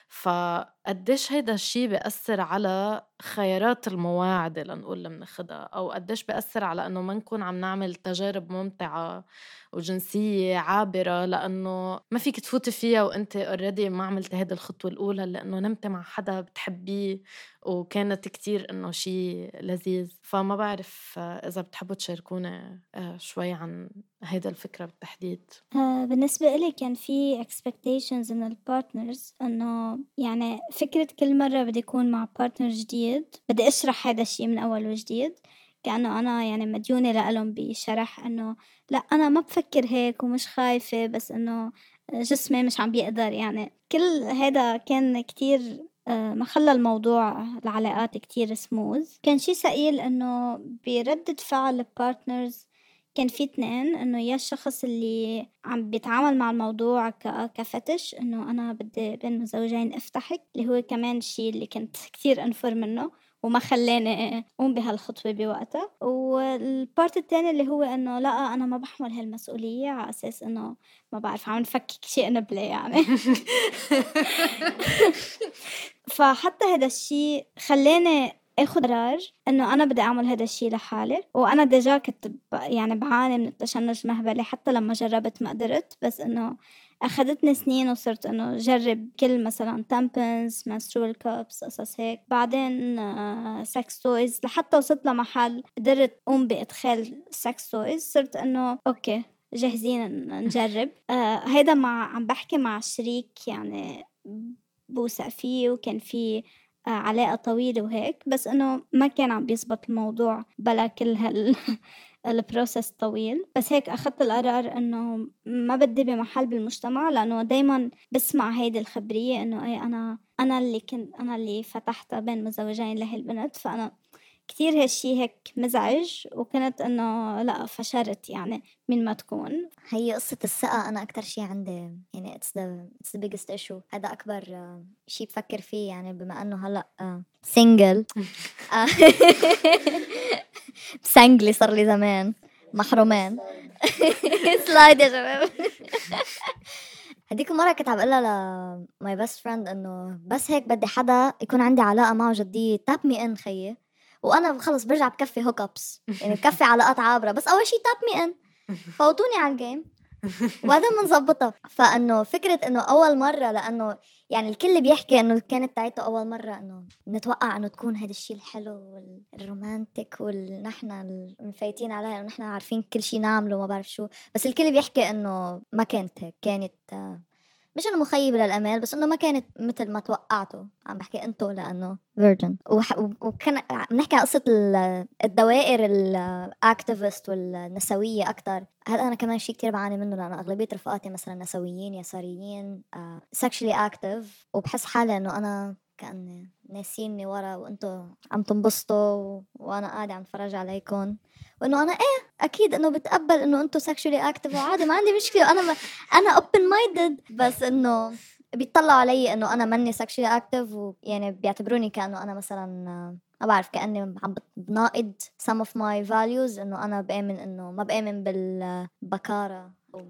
فقديش هيدا الشي بيأثر على خيارات المواعدة لنقول اللي مناخدها، أو قديش بيأثر على أنه ما نكون عم نعمل تجارب ممتعة وجنسية عابرة، لأنه ما فيك تفوتي فيها وأنت already ما عملت هيدا الخطوة الأولى، لأنه نمت مع حدا بتحبيه وكانت كتير إنه شيء لذيذ. فما بعرف إذا بتحبوا تشاركونا شوي عن هيدا الفكرة بالتحديد. بالنسبة إلي كان في expectations من البارتنرز إنه يعني فكرة كل مرة بدي أكون مع بارتنر جديد بدي أشرح هذا الشيء من أول وجديد، كأنه أنا يعني مديونة لألهم بشرح إنه لا أنا ما بفكر هيك ومش خايفة، بس إنه جسمي مش عم بيقدر. يعني كل هذا كان كتير ما خلى الموضوع العلاقات كتير سموز. كان شيء سئيل إنه بردة فعل البارتنرز كان في 2، إنه يا الشخص اللي عم بيتعامل مع الموضوع كفتش إنه أنا بدي بين زوجين افتحك، اللي هو كمان شيء اللي كنت كتير أنفر منه وما خلاني أقوم بهالخطوة بوقتها. والبارت التاني اللي هو إنه لا أنا ما بحمل هالمسؤولية على أساس إنه ما بعرف عم نفكك شيء نبلة يعني. فحتى هذا الشيء خلاني اخذ قرار انه انا بدي اعمل هذا الشيء لحالي. وانا ديجا كنت يعني بعاني من التشنج المهبلي، حتى لما جربت ما قدرت، بس انه أخدتني سنين وصرت إنه جرب كل مثلا tampons menstrual cups قصص هيك. بعدين sex toys لحتى وصلت لمحل قدرت أقوم بإدخال sex toys. صرت إنه أوكي جاهزين نجرب. هيدا عم بحكي مع شريك يعني بوثق فيه وكان في علاقة طويلة وهيك، بس إنه ما كان عم بيزبط الموضوع بلا كل البروسس طويل. بس هيك أخذت القرار إنه ما بدي بمحل بالمجتمع، لأنه دايما بسمع هيدي الخبرية إنه أي أنا اللي فتحتها بين مزوجين لهي البنت. فأنا كتير هالشي هيك مزعج، وكنت إنه لا فشرت يعني من ما تكون. هي قصة الثقة أنا أكتر شي عندي يعني it's the biggest issue. هذا أكبر شي بفكر فيه يعني بما أنه هلأ single سنجلي صار لي زمان محرومين. سلايد يا شباب. هديك المرة كنت عم قلها ل my best friend إنه بس هيك بدي حدا يكون عندي علاقة معه جدية tap me in خيي، وأنا خلص برجع بكفي هوك أبس يعني بكفي علاقات عابرة، بس أول شي tap me in فوتوني على الجيم وهذا منظبطها. فانه فكره انه اول مره، لانه يعني الكل بيحكي انه كانت تاعته اول مره انه نتوقع انه تكون هذا الشيء الحلو والرومانتيك ونحن المفايتين عليها انه نحن عارفين كل شيء نعمله وما بعرف شو، بس الكل بيحكي انه ما كانت هيك. كانت مش انه مخيبه للامال، بس انه ما كانت مثل ما توقعته. عم بحكي انتو لانه فيرجن. وكان بنحكي عن قصه الدوائر الاكتيفست والنسويه اكثر. هذا انا كمان شيء كتير بعاني منه، لانه اغلبيه رفقاتي مثلا نسويين يساريين سكشولي اكتيف، وبحس حالي انه انا كأني ناسيني ورا وانتو عم تنبسطوا وانا قاعده عم اتفرج عليكم، وانه انا اكيد انه بتقبل انه انتو سكشولي اكتيف وعادي ما عندي مشكله، انا اوبن مايندد. بس انه بيطلعوا علي انه انا ماني سكشولي اكتيف، ويعني بيعتبروني كانه انا مثلا ما بعرف كاني عم بناقض some of my values، انه انا بآمن انه ما بآمن بالبكاره او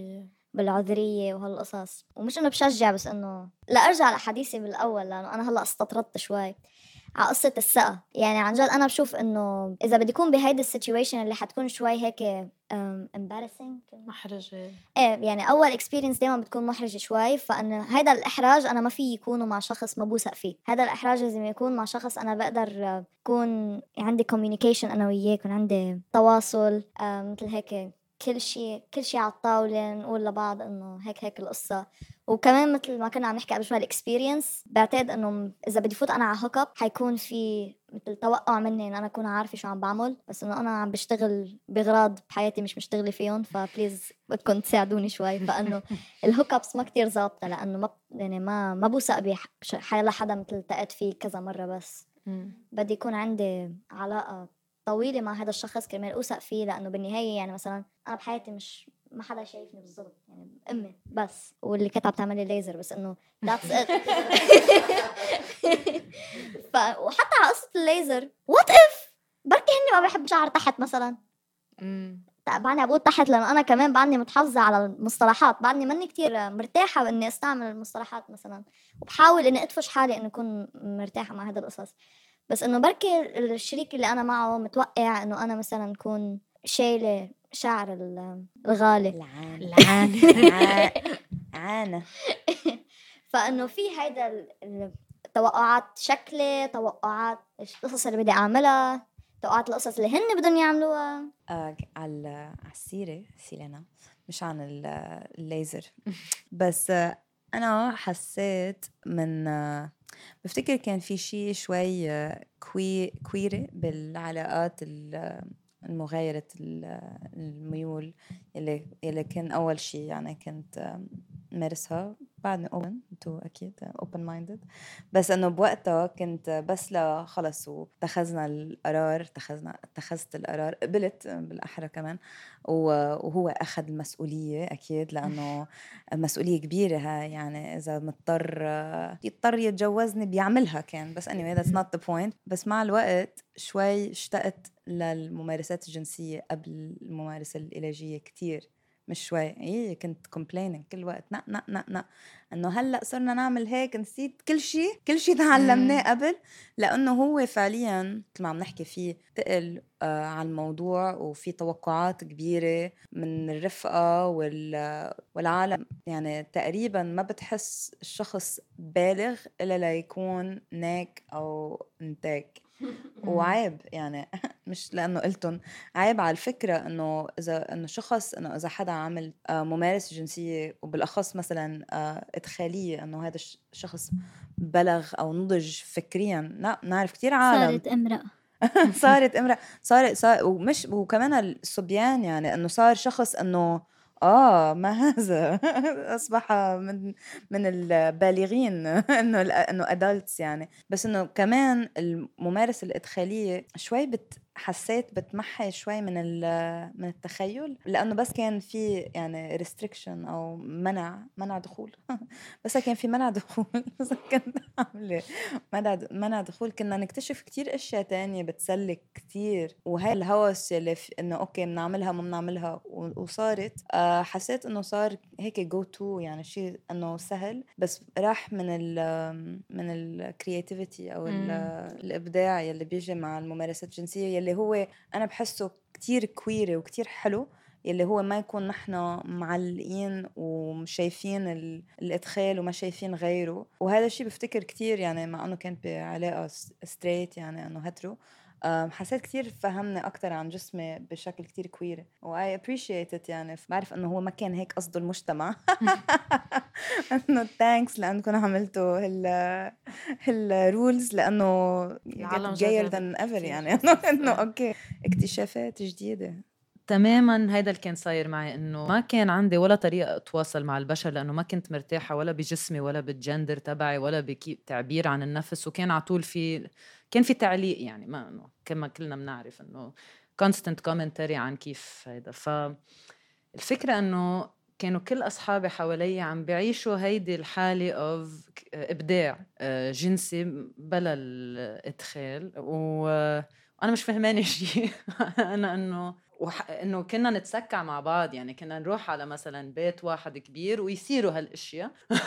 بالعذرية وهالقصص. ومش انه بشجع، بس انه لا ارجع لحديثي بالاول، لانه انا هلا استطردت شوي على قصة الثقة. يعني عن جد انا بشوف انه اذا بدي يكون بهيدي السيتويشن اللي حتكون شوي هيك embarrassing محرجة، يعني اول experience دايما بتكون محرجة شوي. فانه هيدا الاحراج انا ما في يكونه مع شخص ما بوثق فيه. هذا الاحراج لازم يكون مع شخص انا بقدر يكون عندي communication انا وياه، يكون عندي تواصل مثل هيك كل شيء على الطاولة، نقول لبعض إنه هيك القصة. وكمان مثل ما كنا عم نحكي قبل شوي الإكسبيرينس، بعتقد إنه إذا بدي فوت أنا على هوك أب حيكون في مثل توقع مني إن أنا أكون عارفة شو عم بعمل، بس إنه أنا عم بشتغل بغراض بحياتي مش مشتغلة فيهم، فبليز بدكم تساعدوني شوي. فإنه الهوك أبس ما كتير ظابطة، لأنه ما بوثق بحيلا حدا مثل التقيت فيه كذا مرة. بس بدي يكون عندي علاقة طويلة مع هذا الشخص كرمال أوثق فيه، لأنه بالنهاية يعني مثلا أنا بحياتي مش ما حدا شايفني بالضبط، يعني أمي بس واللي كانت عم تعمل لي ليزر، بس إنه that's it. وحتى على قصة الليزر what if بركي هني ما بحب شعر تحت مثلا. بعدني أقول تحت لأنه أنا كمان بعدني متحفظة على المصطلحات، بعدني ماني كتير مرتاحة بإني أستعمل المصطلحات مثلا، وبحاول إني أدفش حالي إني أكون مرتاحة مع هذا القصص. بس إنه بركي الشريك اللي أنا معه متوقع إنه أنا مثلا نكون شايلة شعر الغالي عانة. فإنه في هيدا التوقعات، شكلي توقعات القصص اللي بدي أعملها، توقعات القصص اللي هن بدهم يعملوها. على السيرة سيلينا، مش عن الليزر بس أنا حسيت من بفتكر كان في شيء شوي كويرة بالعلاقات المغايرة الميول اللي كان أول شيء يعني كنت مارسها. بعدني انتو أكيد open minded، بس أنه بوقتها كنت بس خلص واتخذنا القرار، اتخذت القرار، قبلت بالأحرى كمان، وهو أخذ المسؤولية أكيد، لأنه مسؤولية كبيرة هاي. يعني إذا يضطر يتجوزني بيعملها كان، بس anyway that's not the point. بس مع الوقت شوي اشتقت للممارسات الجنسية قبل الممارسة العلاجية كتير، مش شوي. كنت complaining كل وقت نا انه هلا صرنا نعمل هيك، نسيت كل شيء تعلمناه قبل. لانه هو فعليا مثل ما عم نحكي فيه تقل على الموضوع، وفي توقعات كبيرة من الرفقة والعالم. يعني تقريبا ما بتحس الشخص بالغ إلا ليكون ناك أو نتاك. وعيب يعني مش لأنه قلتن، عيب على الفكرة إنه إنه شخص، إنه إذا حدا عمل ممارسة جنسية وبالأخص مثلا إدخالية، إنه هذا الشخص بلغ أو نضج فكريا. لا، نعرف كتير عالم صارت امرأة. صارت امرأة، صار ومش، وكمان الصبيان، يعني انه صار شخص انه ما هذا اصبح من البالغين انه adults يعني. بس انه كمان الممارسة الادخالية شوي حسيت بتمحي شوي من التخيل، لانه بس كان في يعني restriction او منع دخول بس كان في منع دخول بس كنت عامله منع دخول، كنا نكتشف كتير اشياء تانية بتسلك كتير. وهي الهوس اللي انه اوكي بنعملها ما بنعملها، وصارت حسيت انه صار هيك جو تو، يعني شيء انه سهل بس راح من الكرياتيفيتي او الابداع يلي بيجي مع الممارسات الجنسيه، يلي هو انا بحسه كتير كويري وكتير حلو، يلي هو ما يكون نحن معلقين وشايفين الادخال وما شايفين غيره. وهذا الشيء بفتكر كتير يعني مع انه كانت بعلاقه ستريت، يعني انه هترو، حسيت كتير فهمني أكتر عن جسمي بشكل كتير كوير، و I appreciate it. يعني بعرف أنه هو ما كان هيك قصده المجتمع أنه thanks لأنكم عملتوا هالرولز، لأنه العالم gayer than ever، يعني أنه أوكي اكتشافات جديدة. تماما هيدا اللي كان صاير معي، انه ما كان عندي ولا طريقه اتواصل مع البشر، لانه ما كنت مرتاحه ولا بجسمي ولا بالجندر تبعي ولا بتعبير عن النفس. وكان على طول كان في تعليق، يعني ما انه كما كلنا بنعرف انه constant commentary عن كيف هيدا. فالفكره انه كانوا كل اصحابي حوالي عم بيعيشوا هيدي الحاله اوف ابداع جنسي بلا الادخال، وانا مش فهمانه شيء انا انه كنا نتسكع مع بعض، يعني كنا نروح على مثلا بيت واحد كبير ويصيروا هالاشياء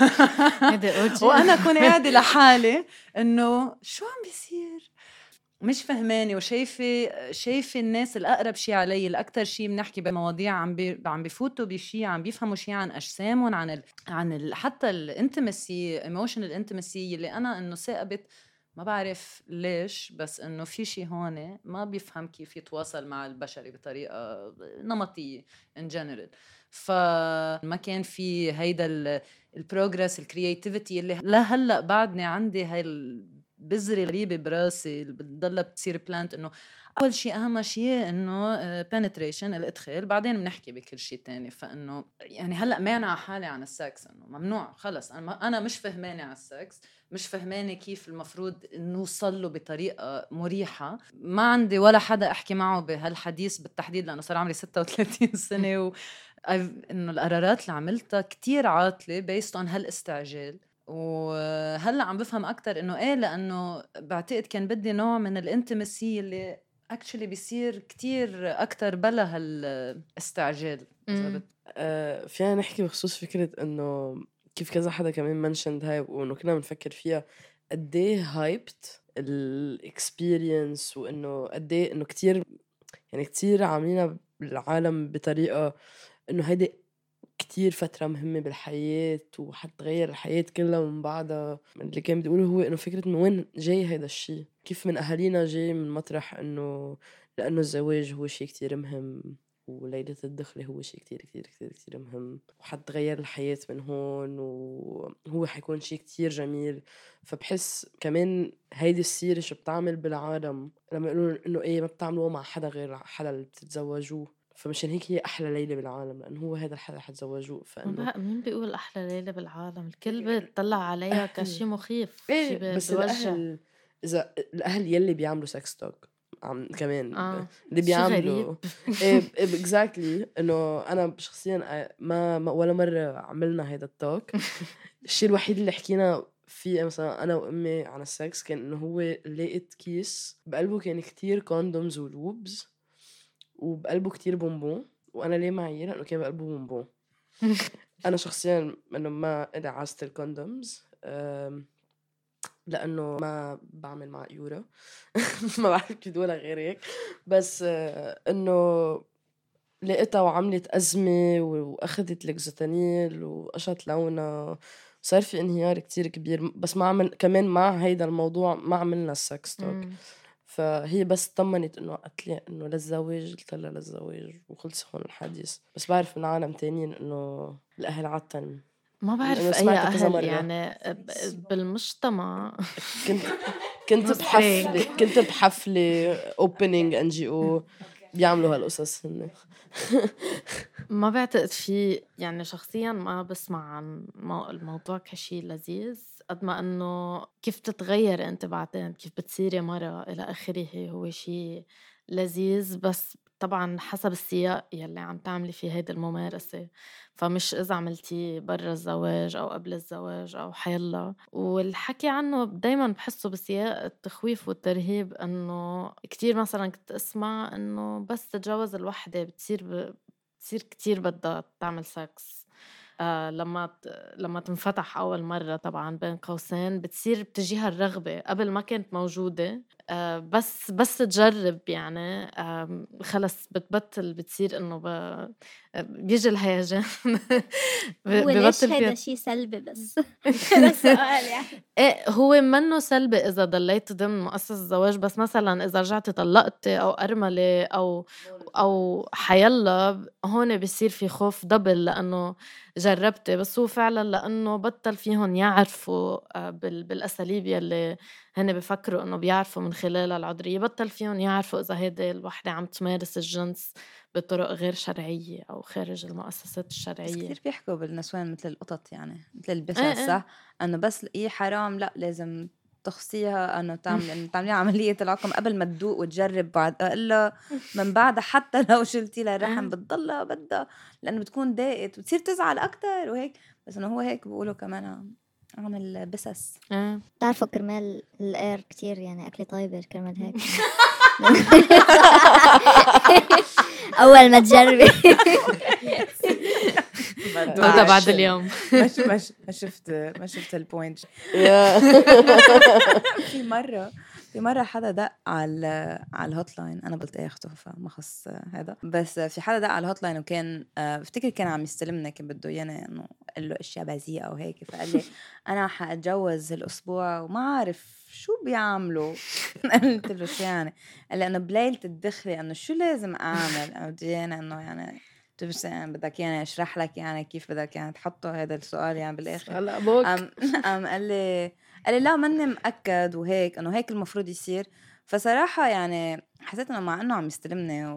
وانا اكون قاعده لحالي انه شو عم بيصير، مش فهماني، وشايفه الناس الاقرب شيء علي، الاكثر شيء بنحكي بمواضيع عم بفوتوا بشيء، عم بيفهموا شيء عن اجسامهم، عن حتى الانتمسي، ايموشنال انتمسي، اللي انا انه ثاقبت ما بعرف ليش، بس انه في شيء هون ما بيفهم كيف يتواصل مع البشر بطريقه نمطيه ان جنرال. فما كان في هيدا البروجرس، الكرياتيفيتي اللي لهلا بعدني عندي هاي بذرة غريبة براسي اللي بتضلها بتصير بلانت، انه اول شيء اهم شيء انه penetration الادخال، بعدين بنحكي بكل شيء تاني. فانه يعني هلا مانع حالي عن السكس، انه ممنوع خلص، انا مش فهماني على السكس، مش فهماني كيف المفروض نوصل له بطريقه مريحه. ما عندي ولا حدا احكي معه بهالحديث بالتحديد، لانه صار عمري 36 سنه انه القرارات اللي عملتها كتير عاطله بيست اون هالاستعجال. وهلا عم بفهم اكتر انه ايه، لانه بعتقد كان بدي نوع من الانتمسي اللي اكشلي بيصير كتير اكتر بلا هالاستعجال. فينا نحكي بخصوص فكرة انه كيف كذا حدا كمان منشند هاي، وانه كنا بنفكر فيها قديه هايبت الاكسبيرينس، وانه قديه انه كتير يعني كتير عاملينها بالعالم بطريقة انه هيدي كتير فترة مهمة بالحياة وحتغير الحياة كلها من بعدها. اللي كان بيقوله هو انه فكرة انه وين جاي هيدا الشيء، كيف من اهالينا جاي من مطرح انه لانه الزواج هو شيء كتير مهم، وليلة الدخلة هو شيء كتير كتير كتير كتير مهم، وحتغير الحياة من هون، وهو حيكون شيء كتير جميل. فبحس كمان هيدي السيرة شو بتعمل بالعالم لما يقولون انه ايه ما بتعملوه مع حدا غير حدا اللي بتتزوجوه، فمشان هيك هي أحلى ليلة بالعالم، لأنه هو هذا الحدا حتزوجوه. فإنه مين بيقول أحلى ليلة بالعالم؟ الكل بتطلع عليها كشي مخيف، شي بس بوجع. الأهل، إذا الأهل يلي بيعملوا سكس توك كمان اللي شي بيعملوا غريب. exactly إنه أنا شخصيا ما ولا مرة عملنا هيدا التوك. الشيء الوحيد اللي حكينا فيه مثلا أنا وأمي عن السكس كان إنه هو لقيت كيس بقلبه كان كتير كوندومز ولوبز، وبقلبه كتير بونبون، وانا ليه معي لانه كان بقلبه بونبون. أنا شخصيا إنه ما إلي عازة الكوندومز، لأنه ما بعمل مع يورا ما بعرف كيف ولا غير هيك، بس إنه لقيتها وعملت أزمة وأخذت لكزوتانيل وقشط لونها، صار في انهيار كتير كبير. بس ما عمل كمان مع هيدا الموضوع ما عملنا السكس توك، فهي بس طمنت انه قالت لي انه للزواج، قلت لها للزواج وخلص هون الحديث. بس بعرف من عالم تانيين انه الاهل عادة ما بعرف لأنه أي سمعتها كذا أهل مرة. يعني بالمجتمع. كنت مستحيل. كنت بحفلة opening NGO بيعملوا هالقصص هن. ما بعتقد في يعني شخصيا ما بسمع عن الموضوع كشي لذيذ قد ما انه كيف تتغير انت بعدين، كيف بتصيري مرة الى اخره، هو شي لذيذ. بس طبعا حسب السياق يلي عم تعملي فيه هيدي الممارسة، فمش إذا عملتيه برا الزواج أو قبل الزواج أو حيلا. والحكي عنه دايما بحسه بسياق التخويف والترهيب، أنه كتير مثلا كنت أسمع أنه بس تتجوز الوحدة بتصير كتير بدها تعمل سكس. لما تنفتح أول مرة طبعا بين قوسين بتصير بتجيها الرغبة قبل ما كانت موجودة. بس تجرب يعني خلص بتبطل، بتصير إنه بيجي الهيجان وليش ببطل هيدا فيها. شي سلبي بس؟ هذا سؤال يعني. ايه هو منه سلبي إذا ضليت ضمن مؤسسة الزواج، بس مثلا إذا رجعتي طلقتي أو أرملة أو حيلا، هون بيصير في خوف دبل لأنه جربتي. بس هو فعلا لأنه بطل فيهم يعرفوا بالأساليب يلي هن بفكروا إنه بيعرفوا من خلالها العذرية، بطل فيهم يعرفوا إذا هيدي الوحدة عم تمارس الجنس بطرق غير شرعية أو خارج المؤسسات بس الشرعية. كتير بيحكوا بالنسوان مثل القطط، يعني مثل البشر، إيه. صح؟ انه بس ايه حرام، لا لازم تخصيها، انه تعملي عملية العقم قبل ما تدوق وتجرب بعد، الا من بعدها حتى لو شلتي لها الرحم بتضلها بدها، لانه بتكون ضاقت وبتصير تزعل اكتر وهيك. بس انه هو هيك بيقولوا كمان عامل بسس. بتعرفوا كرمال القير كتير يعني أكلة طيبة كرمال هيك. أول ما تجربي هذا بعد اليوم ما شفت البوينت. في مرة حدا دق على الهوت لاين، أنا قلت أخته فما خص هذا، بس في حدا دق على الهوت لاين وكان بفتكر كان عم يستلمنا، كان بده إيانا إنه قال له أشياء بذيئة أو هيك، فقال لي أنا حأتجوز الأسبوع وما عارف شو بيعملوا. قلت له شو يعني؟ قال لي أنه بليلة الدخلة إنه شو لازم أعمل، أو ديانا إنه يعني بس يعني بدك يعني اشرح لك يعني كيف بدك يعني تحطوا هذا السؤال يعني بالاخر. هلا ابوك قال لي لا ماني مأكد وهيك انه هيك المفروض يصير. فصراحه يعني حسيت انه مع انه عم يستلمني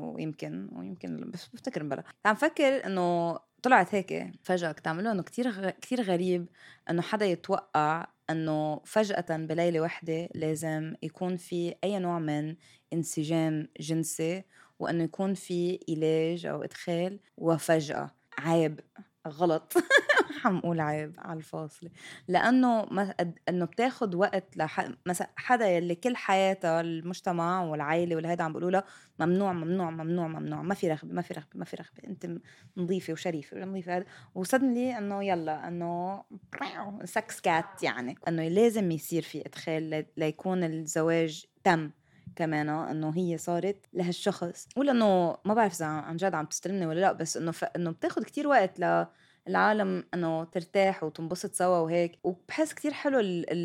ويمكن بس بفتكر بلا عم فكر انه طلعت هيك فجأة. كنت عمله انه كتير غريب انه حدا يتوقع انه فجأة بليلة واحدة لازم يكون في اي نوع من انسجام جنسي، وأنه يكون في علاج أو إدخال وفجأة. عيب، غلط. حنقول عيب على الفاصلة، لأنه أنه بتاخد وقت مثلا حدا يلي كل حياته المجتمع والعائلة والهيدا عم بيقولوا له ممنوع ممنوع ممنوع ممنوع، ما في رغبة ما في رغبة ما في رغبة، أنت نظيفة وشريفة نظيفة هذا. وصدني أنه يلا أنه سكس كات، يعني أنه لازم يصير في إدخال ليكون الزواج تم كمان، انه هي صارت لهالشخص. ولا انه ما بعرف اذا عن جد عم تستلمني ولا لا، بس انه بتاخد كتير وقت للعالم انه ترتاح وتنبسط سوا وهيك. وبحس كتير حلو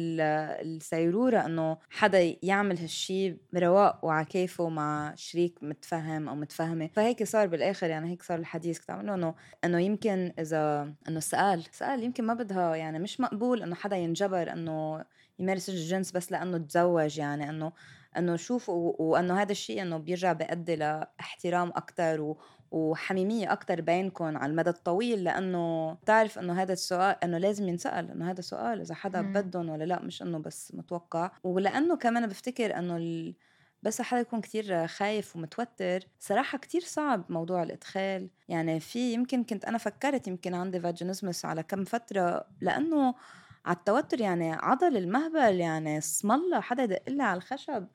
السيرورة انه حدا يعمل هالشي برواق وعكيفه مع شريك متفهم او متفهمه. فهيك صار بالاخر، يعني هيك صار الحديث. كنت عمله انه يمكن اذا انه السؤال يمكن ما بدها، يعني مش مقبول انه حدا ينجبر انه يمارس الجنس بس لانه تزوج، يعني انه شوف وانه هذا الشيء انه بيرجع بيؤدي لاحترام اكثر وحميميه اكثر بينكم على المدى الطويل. لانه تعرف انه هذا السؤال انه لازم ينسال، انه هذا سؤال اذا حدا بدهم ولا لا، مش انه بس متوقع. ولانه كمان بفتكر انه بس حدا يكون كتير خايف ومتوتر، صراحة كتير صعب موضوع الإدخال. يعني في يمكن كنت أنا فكرت يمكن عندي فاجينيزمس على كم فترة، لأنه على التوتر يعني عضل المهبل، يعني اسم الله حدا يدق لي على الخشب،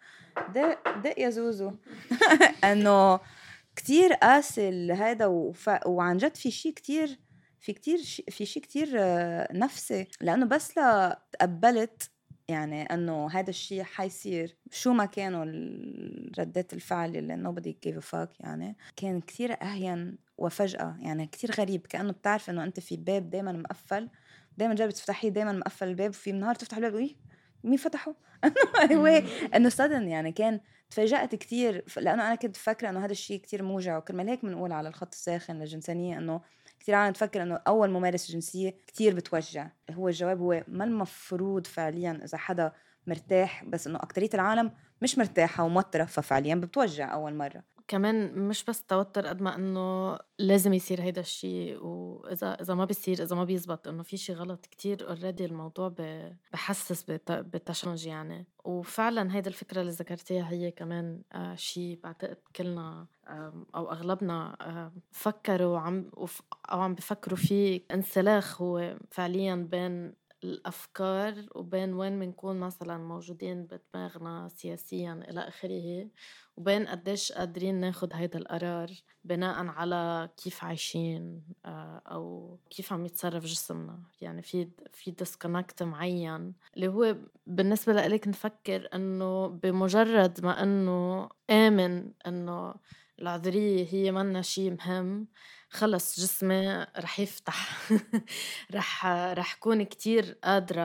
دق يا زوزو. انه كتير قاسي هذا وعن جد في شيء كتير في شيء كتير نفسي، لأنه بس لا تقبلت يعني أنه هذا الشيء حيصير شو ما كانوا ردات الفعل اللي nobody gave a fuck، يعني كان كتير أهين وفجأة، يعني كتير غريب، كأنه بتعرف أنه أنت في باب دايما مقفل، دايما جاي بتفتحيه دايما مقفل الباب، وفي نهار تفتح الباب مين فتحه؟ هو انه صدن، يعني كان تفاجأت كتير، لانه انا كنت فاكره انه هذا الشيء كتير موجع، وكرمال هيك بنقول على الخط الساخن للجنسانيه انه كتير عالم تفكر انه اول ممارسه جنسيه كتير بتوجع. هو الجواب هو ما المفروض فعليا اذا حدا مرتاح، بس انه اكترية العالم مش مرتاحه وموتره، ففعليا بتوجع اول مره. كمان مش بس توتر قد ما انه لازم يصير هيدا الشيء، واذا ما بيصير، اذا ما بيزبط، انه في شيء غلط كتير. اوريدي الموضوع بحسس بالتشنج يعني. وفعلا هيدا الفكره اللي ذكرتيها هي كمان شيء بعتقد كلنا او اغلبنا فكروا او عم بفكروا فيه. انسلاخ هو فعليا بين الأفكار وبين وين منكون مثلا موجودين بدماغنا سياسيا إلى آخره، وبين قديش قادرين ناخد هيدا القرار بناء على كيف عايشين أو كيف عم يتصرف جسمنا. يعني في ديسكونكت معين اللي هو بالنسبة لإلك نفكر أنه بمجرد ما أنه آمن أنه العذرية هي منا شيء مهم، خلص جسمي رح يفتح رح كون كتير قادرة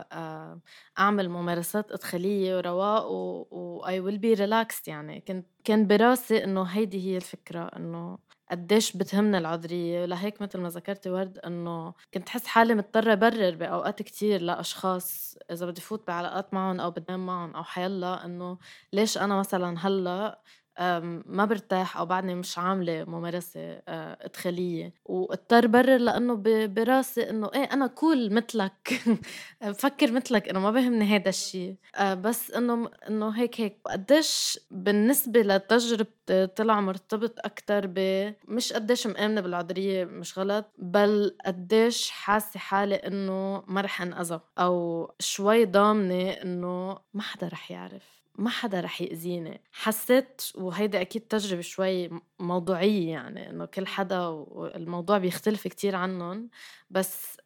أعمل ممارسات إدخالية ورواق I will be relaxed. يعني كان براسي إنه هيدي هي الفكرة، إنه قديش بتهمنا العذرية. لهيك مثل ما ذكرتي ورد إنه كنت حس حالي مضطرة برر بأوقات كتير لأشخاص إذا بدي فوت بعلاقات معهم أو بنام معهم أو حيلا، إنه ليش أنا مثلا هلأ ما برتاح أو بعدني مش عاملة ممارسة إدخالية، واضطر برر لأنه براسي إنه إيه أنا كول مثلك بفكر مثلك، إنه ما بهمني هيدا الشيء. بس إنه هيك قديش بالنسبة لتجربة طلع مرتبط أكتر مش قديش مآمنة بالعذرية مش غلط، بل قديش حاسة حالي إنه ما رح انأذى، أو شوي ضامنة إنه ما حدا رح يعرف، ما حدا رح يأذيني. حسيت، وهيدا أكيد تجربة شوي موضوعية، يعني إنه كل حدا والموضوع بيختلف كتير عنهم، بس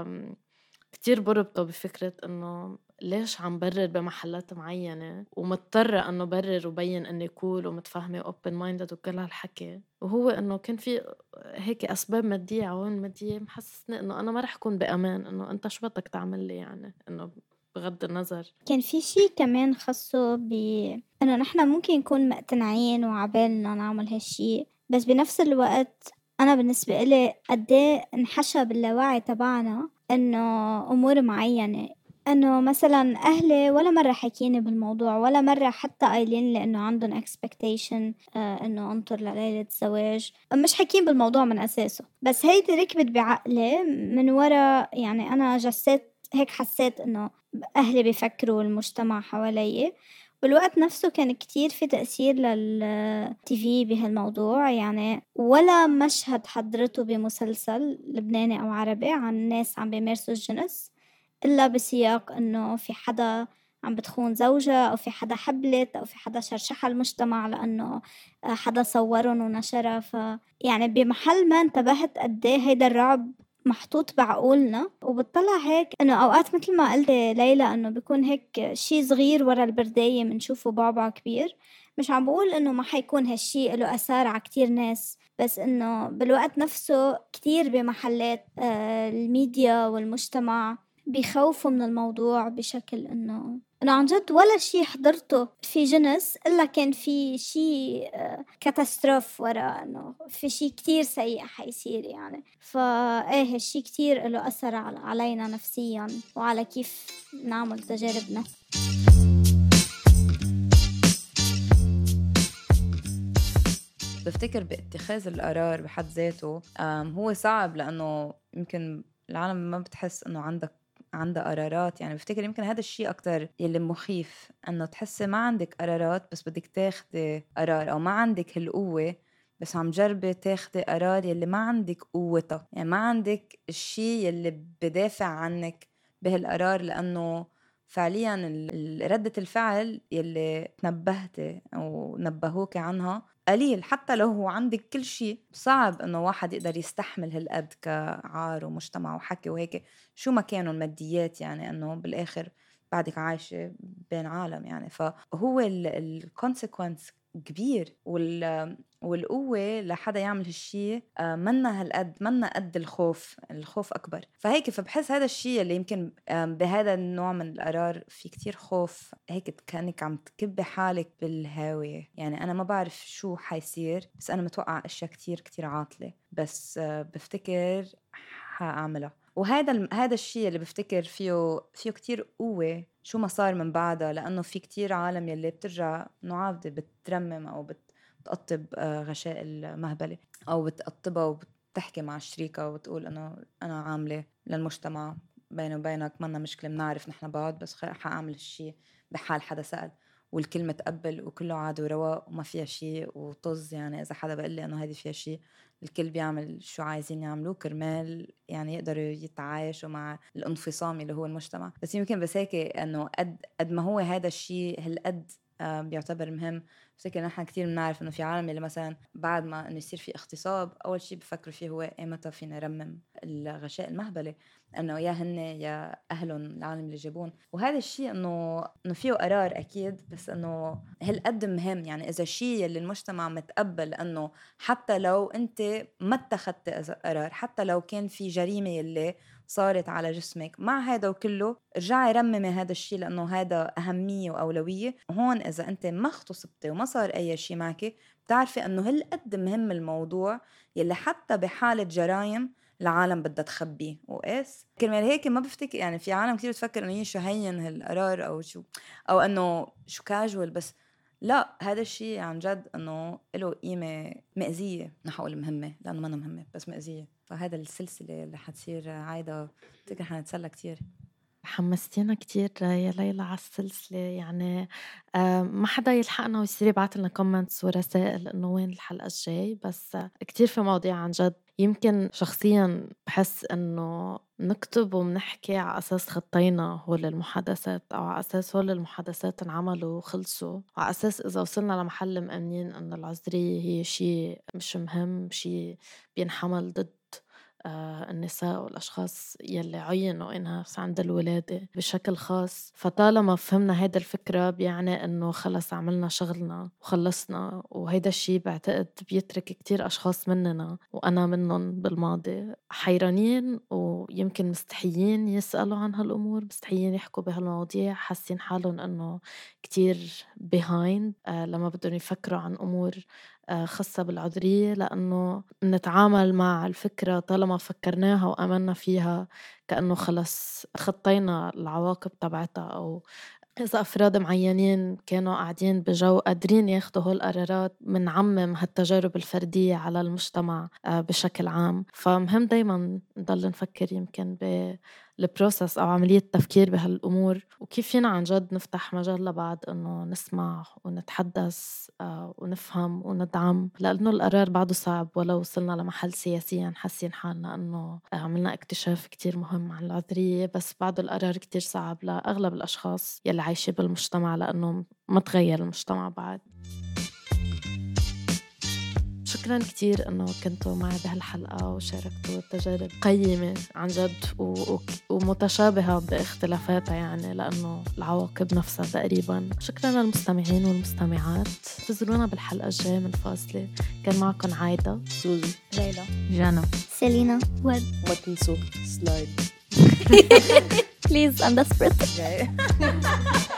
كتير بربطه بفكرة إنه ليش عم برر بمحلات معينة ومضطرة إنه برر وبين إني كول ومتفهمة open minded وكل هالحكي. وهو إنه كان في هيك أسباب مادية، عوامل مادية محسسني إنه أنا ما رح كون بأمان، إنه أنت شو بدك تعمل لي، يعني إنه بغض النظر. كان في شيء كمان خاصه إنه نحنا ممكن نكون مقتنعين وعبالنا نعمل هالشيء، بس بنفس الوقت أنا بالنسبة إلي قديه انحشى باللاوعي تبعنا إنه أمور معينة، إنه مثلا أهلي ولا مرة حكيني بالموضوع، ولا مرة حتى قايلين لي إنه عندهم expectation إنه أنطر لليلة الزواج، مش حكين بالموضوع من أساسه. بس هيدي ركبت بعقلي من ورا، يعني أنا جسيت هيك، حسيت إنه أهلي بيفكروا المجتمع حوالي. بالوقت نفسه كان كتير في تأثير للتي في بهالموضوع، يعني ولا مشهد حضرته بمسلسل لبناني أو عربي عن ناس عم بيمارسوا الجنس إلا بسياق إنه في حدا عم بتخون زوجة، أو في حدا حبلت، أو في حدا شرشحها المجتمع لأنه حدا صورن ونشرها. يعني بمحل ما انتبهت قديه هيدا الرعب محطوط بعقولنا. وبتطلع هيك إنه أوقات مثل ما قلت ليلى إنه بيكون هيك شي صغير ورا البرداية منشوفه بعبع كبير. مش عم بقول إنه ما حيكون هالشي له أثار على كتير ناس، بس إنه بالوقت نفسه كتير بمحلات الميديا والمجتمع بيخوفوا من الموضوع بشكل إنه عن جد ولا شي حضرته في جنس إلا كان في شي كاتاستروف ورا، إنه في شي كتير سيء حيصير يعني. فإيه هالشي كتير له أثر علينا نفسيا وعلى كيف نعمل تجاربنا. بفتكر باتخاذ القرار بحد ذاته هو صعب، لأنه يمكن العالم ما بتحس أنه عندها قرارات. يعني بفتكر يمكن هذا الشيء أكتر يلي مخيف، أنه تحسي ما عندك قرارات بس بدك تاخدي قرار، أو ما عندك هالقوة بس عم جربي تاخدي قرار يلي ما عندك قوتها، يعني ما عندك الشيء يلي بدافع عنك بهالقرار، لأنه فعليا ردة الفعل يلي تنبهتي أو نبهوك عنها قليل. حتى لو هو عندك كل شيء صعب انه واحد يقدر يستحمل هالقد كعار ومجتمع وحكي وهيك شو ما كانوا الماديات، يعني انه بالاخر بعدك عايشة بين عالم يعني. فهو الكونسيكونس كبير، والقوة لحدا يعمل هالشي منا هالقد، منا قد الخوف أكبر. فهيك فبحس هذا الشيء اللي يمكن بهذا النوع من القرار في كتير خوف، هيك كأنك عم تكبي حالك بالهاوية. يعني أنا ما بعرف شو حيصير، بس أنا متوقع أشياء كتير كتير عاطلة، بس بفتكر حأعملها. وهذا الشيء اللي بفتكر فيه كتير قوة شو ما صار من بعدها، لأنه في كتير عالم يلي بترجع معاودة بترمم أو بتقطب غشاء المهبلة، أو بتقطبها وبتحكي مع الشريكة وبتقول أنه أنا عاملة للمجتمع بيني وبينك منا مشكلة، بنعرف نحن بعض، بس حأعمل الشيء بحال حدا سأل، والكلمة تقبل وكله عاد ورواق وما فيها شيء وطز. يعني إذا حدا بقول لي أنه هذه فيها شيء، الكل بيعمل شو عايزين يعملوه كرمال يعني يقدروا يتعايشوا مع الانفصام اللي هو المجتمع. بس يمكن بس هيك أنه قد ما هو هذا الشيء هالقد بيعتبر مهم. بفكر نحن كتير بنعرف انه في عالم اللي مثلا بعد ما انه يصير في اغتصاب اول شيء بفكروا فيه هو ايمتى فينا نرمم الغشاء المهبلة، انه يا هن يا اهلهم العالم اللي جابون. وهذا الشيء انه فيه قرار اكيد، بس انه هالقد مهم. يعني اذا شيء اللي المجتمع متقبل انه حتى لو انت ما اتخذت قرار، حتى لو كان في جريمة اللي صارت على جسمك، مع هذا وكله ارجعي رممي هذا الشيء لأنه هذا أهمية وأولوية. هون إذا أنت ما اغتصبتي وما صار أي شيء معك، بتعرفي أنه هالقد مهم الموضوع يلي حتى بحالة جرائم العالم بدها تخبيه وقاس. كرمال هيك ما بفتكر يعني في عالم كتير بتفكر إنه شو هين هالقرار أو إنه شو كاجوال، بس لا، هذا الشيء عن جد انه له قيمه مأزيه، نحقول مهمه لانه ما مهمه بس مأزيه. فهذا السلسله اللي حتصير عايده بفتكر حنتسلى كتير. حمستينا كتير يا ليلى على السلسلة. يعني ما حدا يلحقنا ويصير يبعث لنا كومنتس ورسائل انه وين الحلقة الجاي، بس كتير في مواضيع عن جد يمكن شخصيا بحس انه نكتب ومنحكي على اساس خطينا هول المحادثات، او على اساس هول المحادثات انعملوا وخلصوا، وعلى اساس اذا وصلنا لمحل مأمنين ان العذرية هي شيء مش مهم، شيء بينحمل ضد النساء والأشخاص يلي عينوا إنها عند الولادة بشكل خاص. فطالما فهمنا هيدا الفكرة بيعني إنه خلص عملنا شغلنا وخلصنا. وهيدا الشيء بعتقد بيترك كتير أشخاص مننا وأنا منهم بالماضي حيرانين، ويمكن مستحيين يسألوا عن هالأمور، مستحيين يحكوا بهالمواضيع، حاسين حالهم إنه كتير behind لما بدهم يفكروا عن أمور خاصة بالعذرية، لأنه نتعامل مع الفكرة طالما فكرناها وأمنا فيها كأنه خلص خطينا العواقب تبعتها. أو إذا أفراد معينين كانوا قاعدين بجو قادرين ياخدوا هول القرارات، منعمم هالتجارب الفردية على المجتمع بشكل عام. فمهم دايما نضل نفكر يمكن بالبروسس أو عملية تفكير بهالأمور، وكيف فينا عن جد نفتح مجال لبعض إنه نسمع ونتحدث ونفهم وندعم، لأنه القرار بعده صعب. ولو وصلنا لمحل سياسيا حاسين حالنا إنه عملنا اكتشاف كتير مهم عن العذرية، بس بعده القرار كتير صعب لأغلب الأشخاص يلي عايشين بالمجتمع، لأنه ما تغير المجتمع بعد. شكرا كتير أنه كنتوا معي بهالحلقة وشاركتوا تجارب قيمة عن جد ومتشابهة باختلافاتها، يعني لأنه العواقب نفسها تقريبا. شكرا للمستمعين والمستمعات، تزورونا بالحلقة الجاية من فاصلة. كان معكم عايدة، سوزي، ليلى، جانا، سيلينا، وما تنسوا سلايد Please, I'm desperate.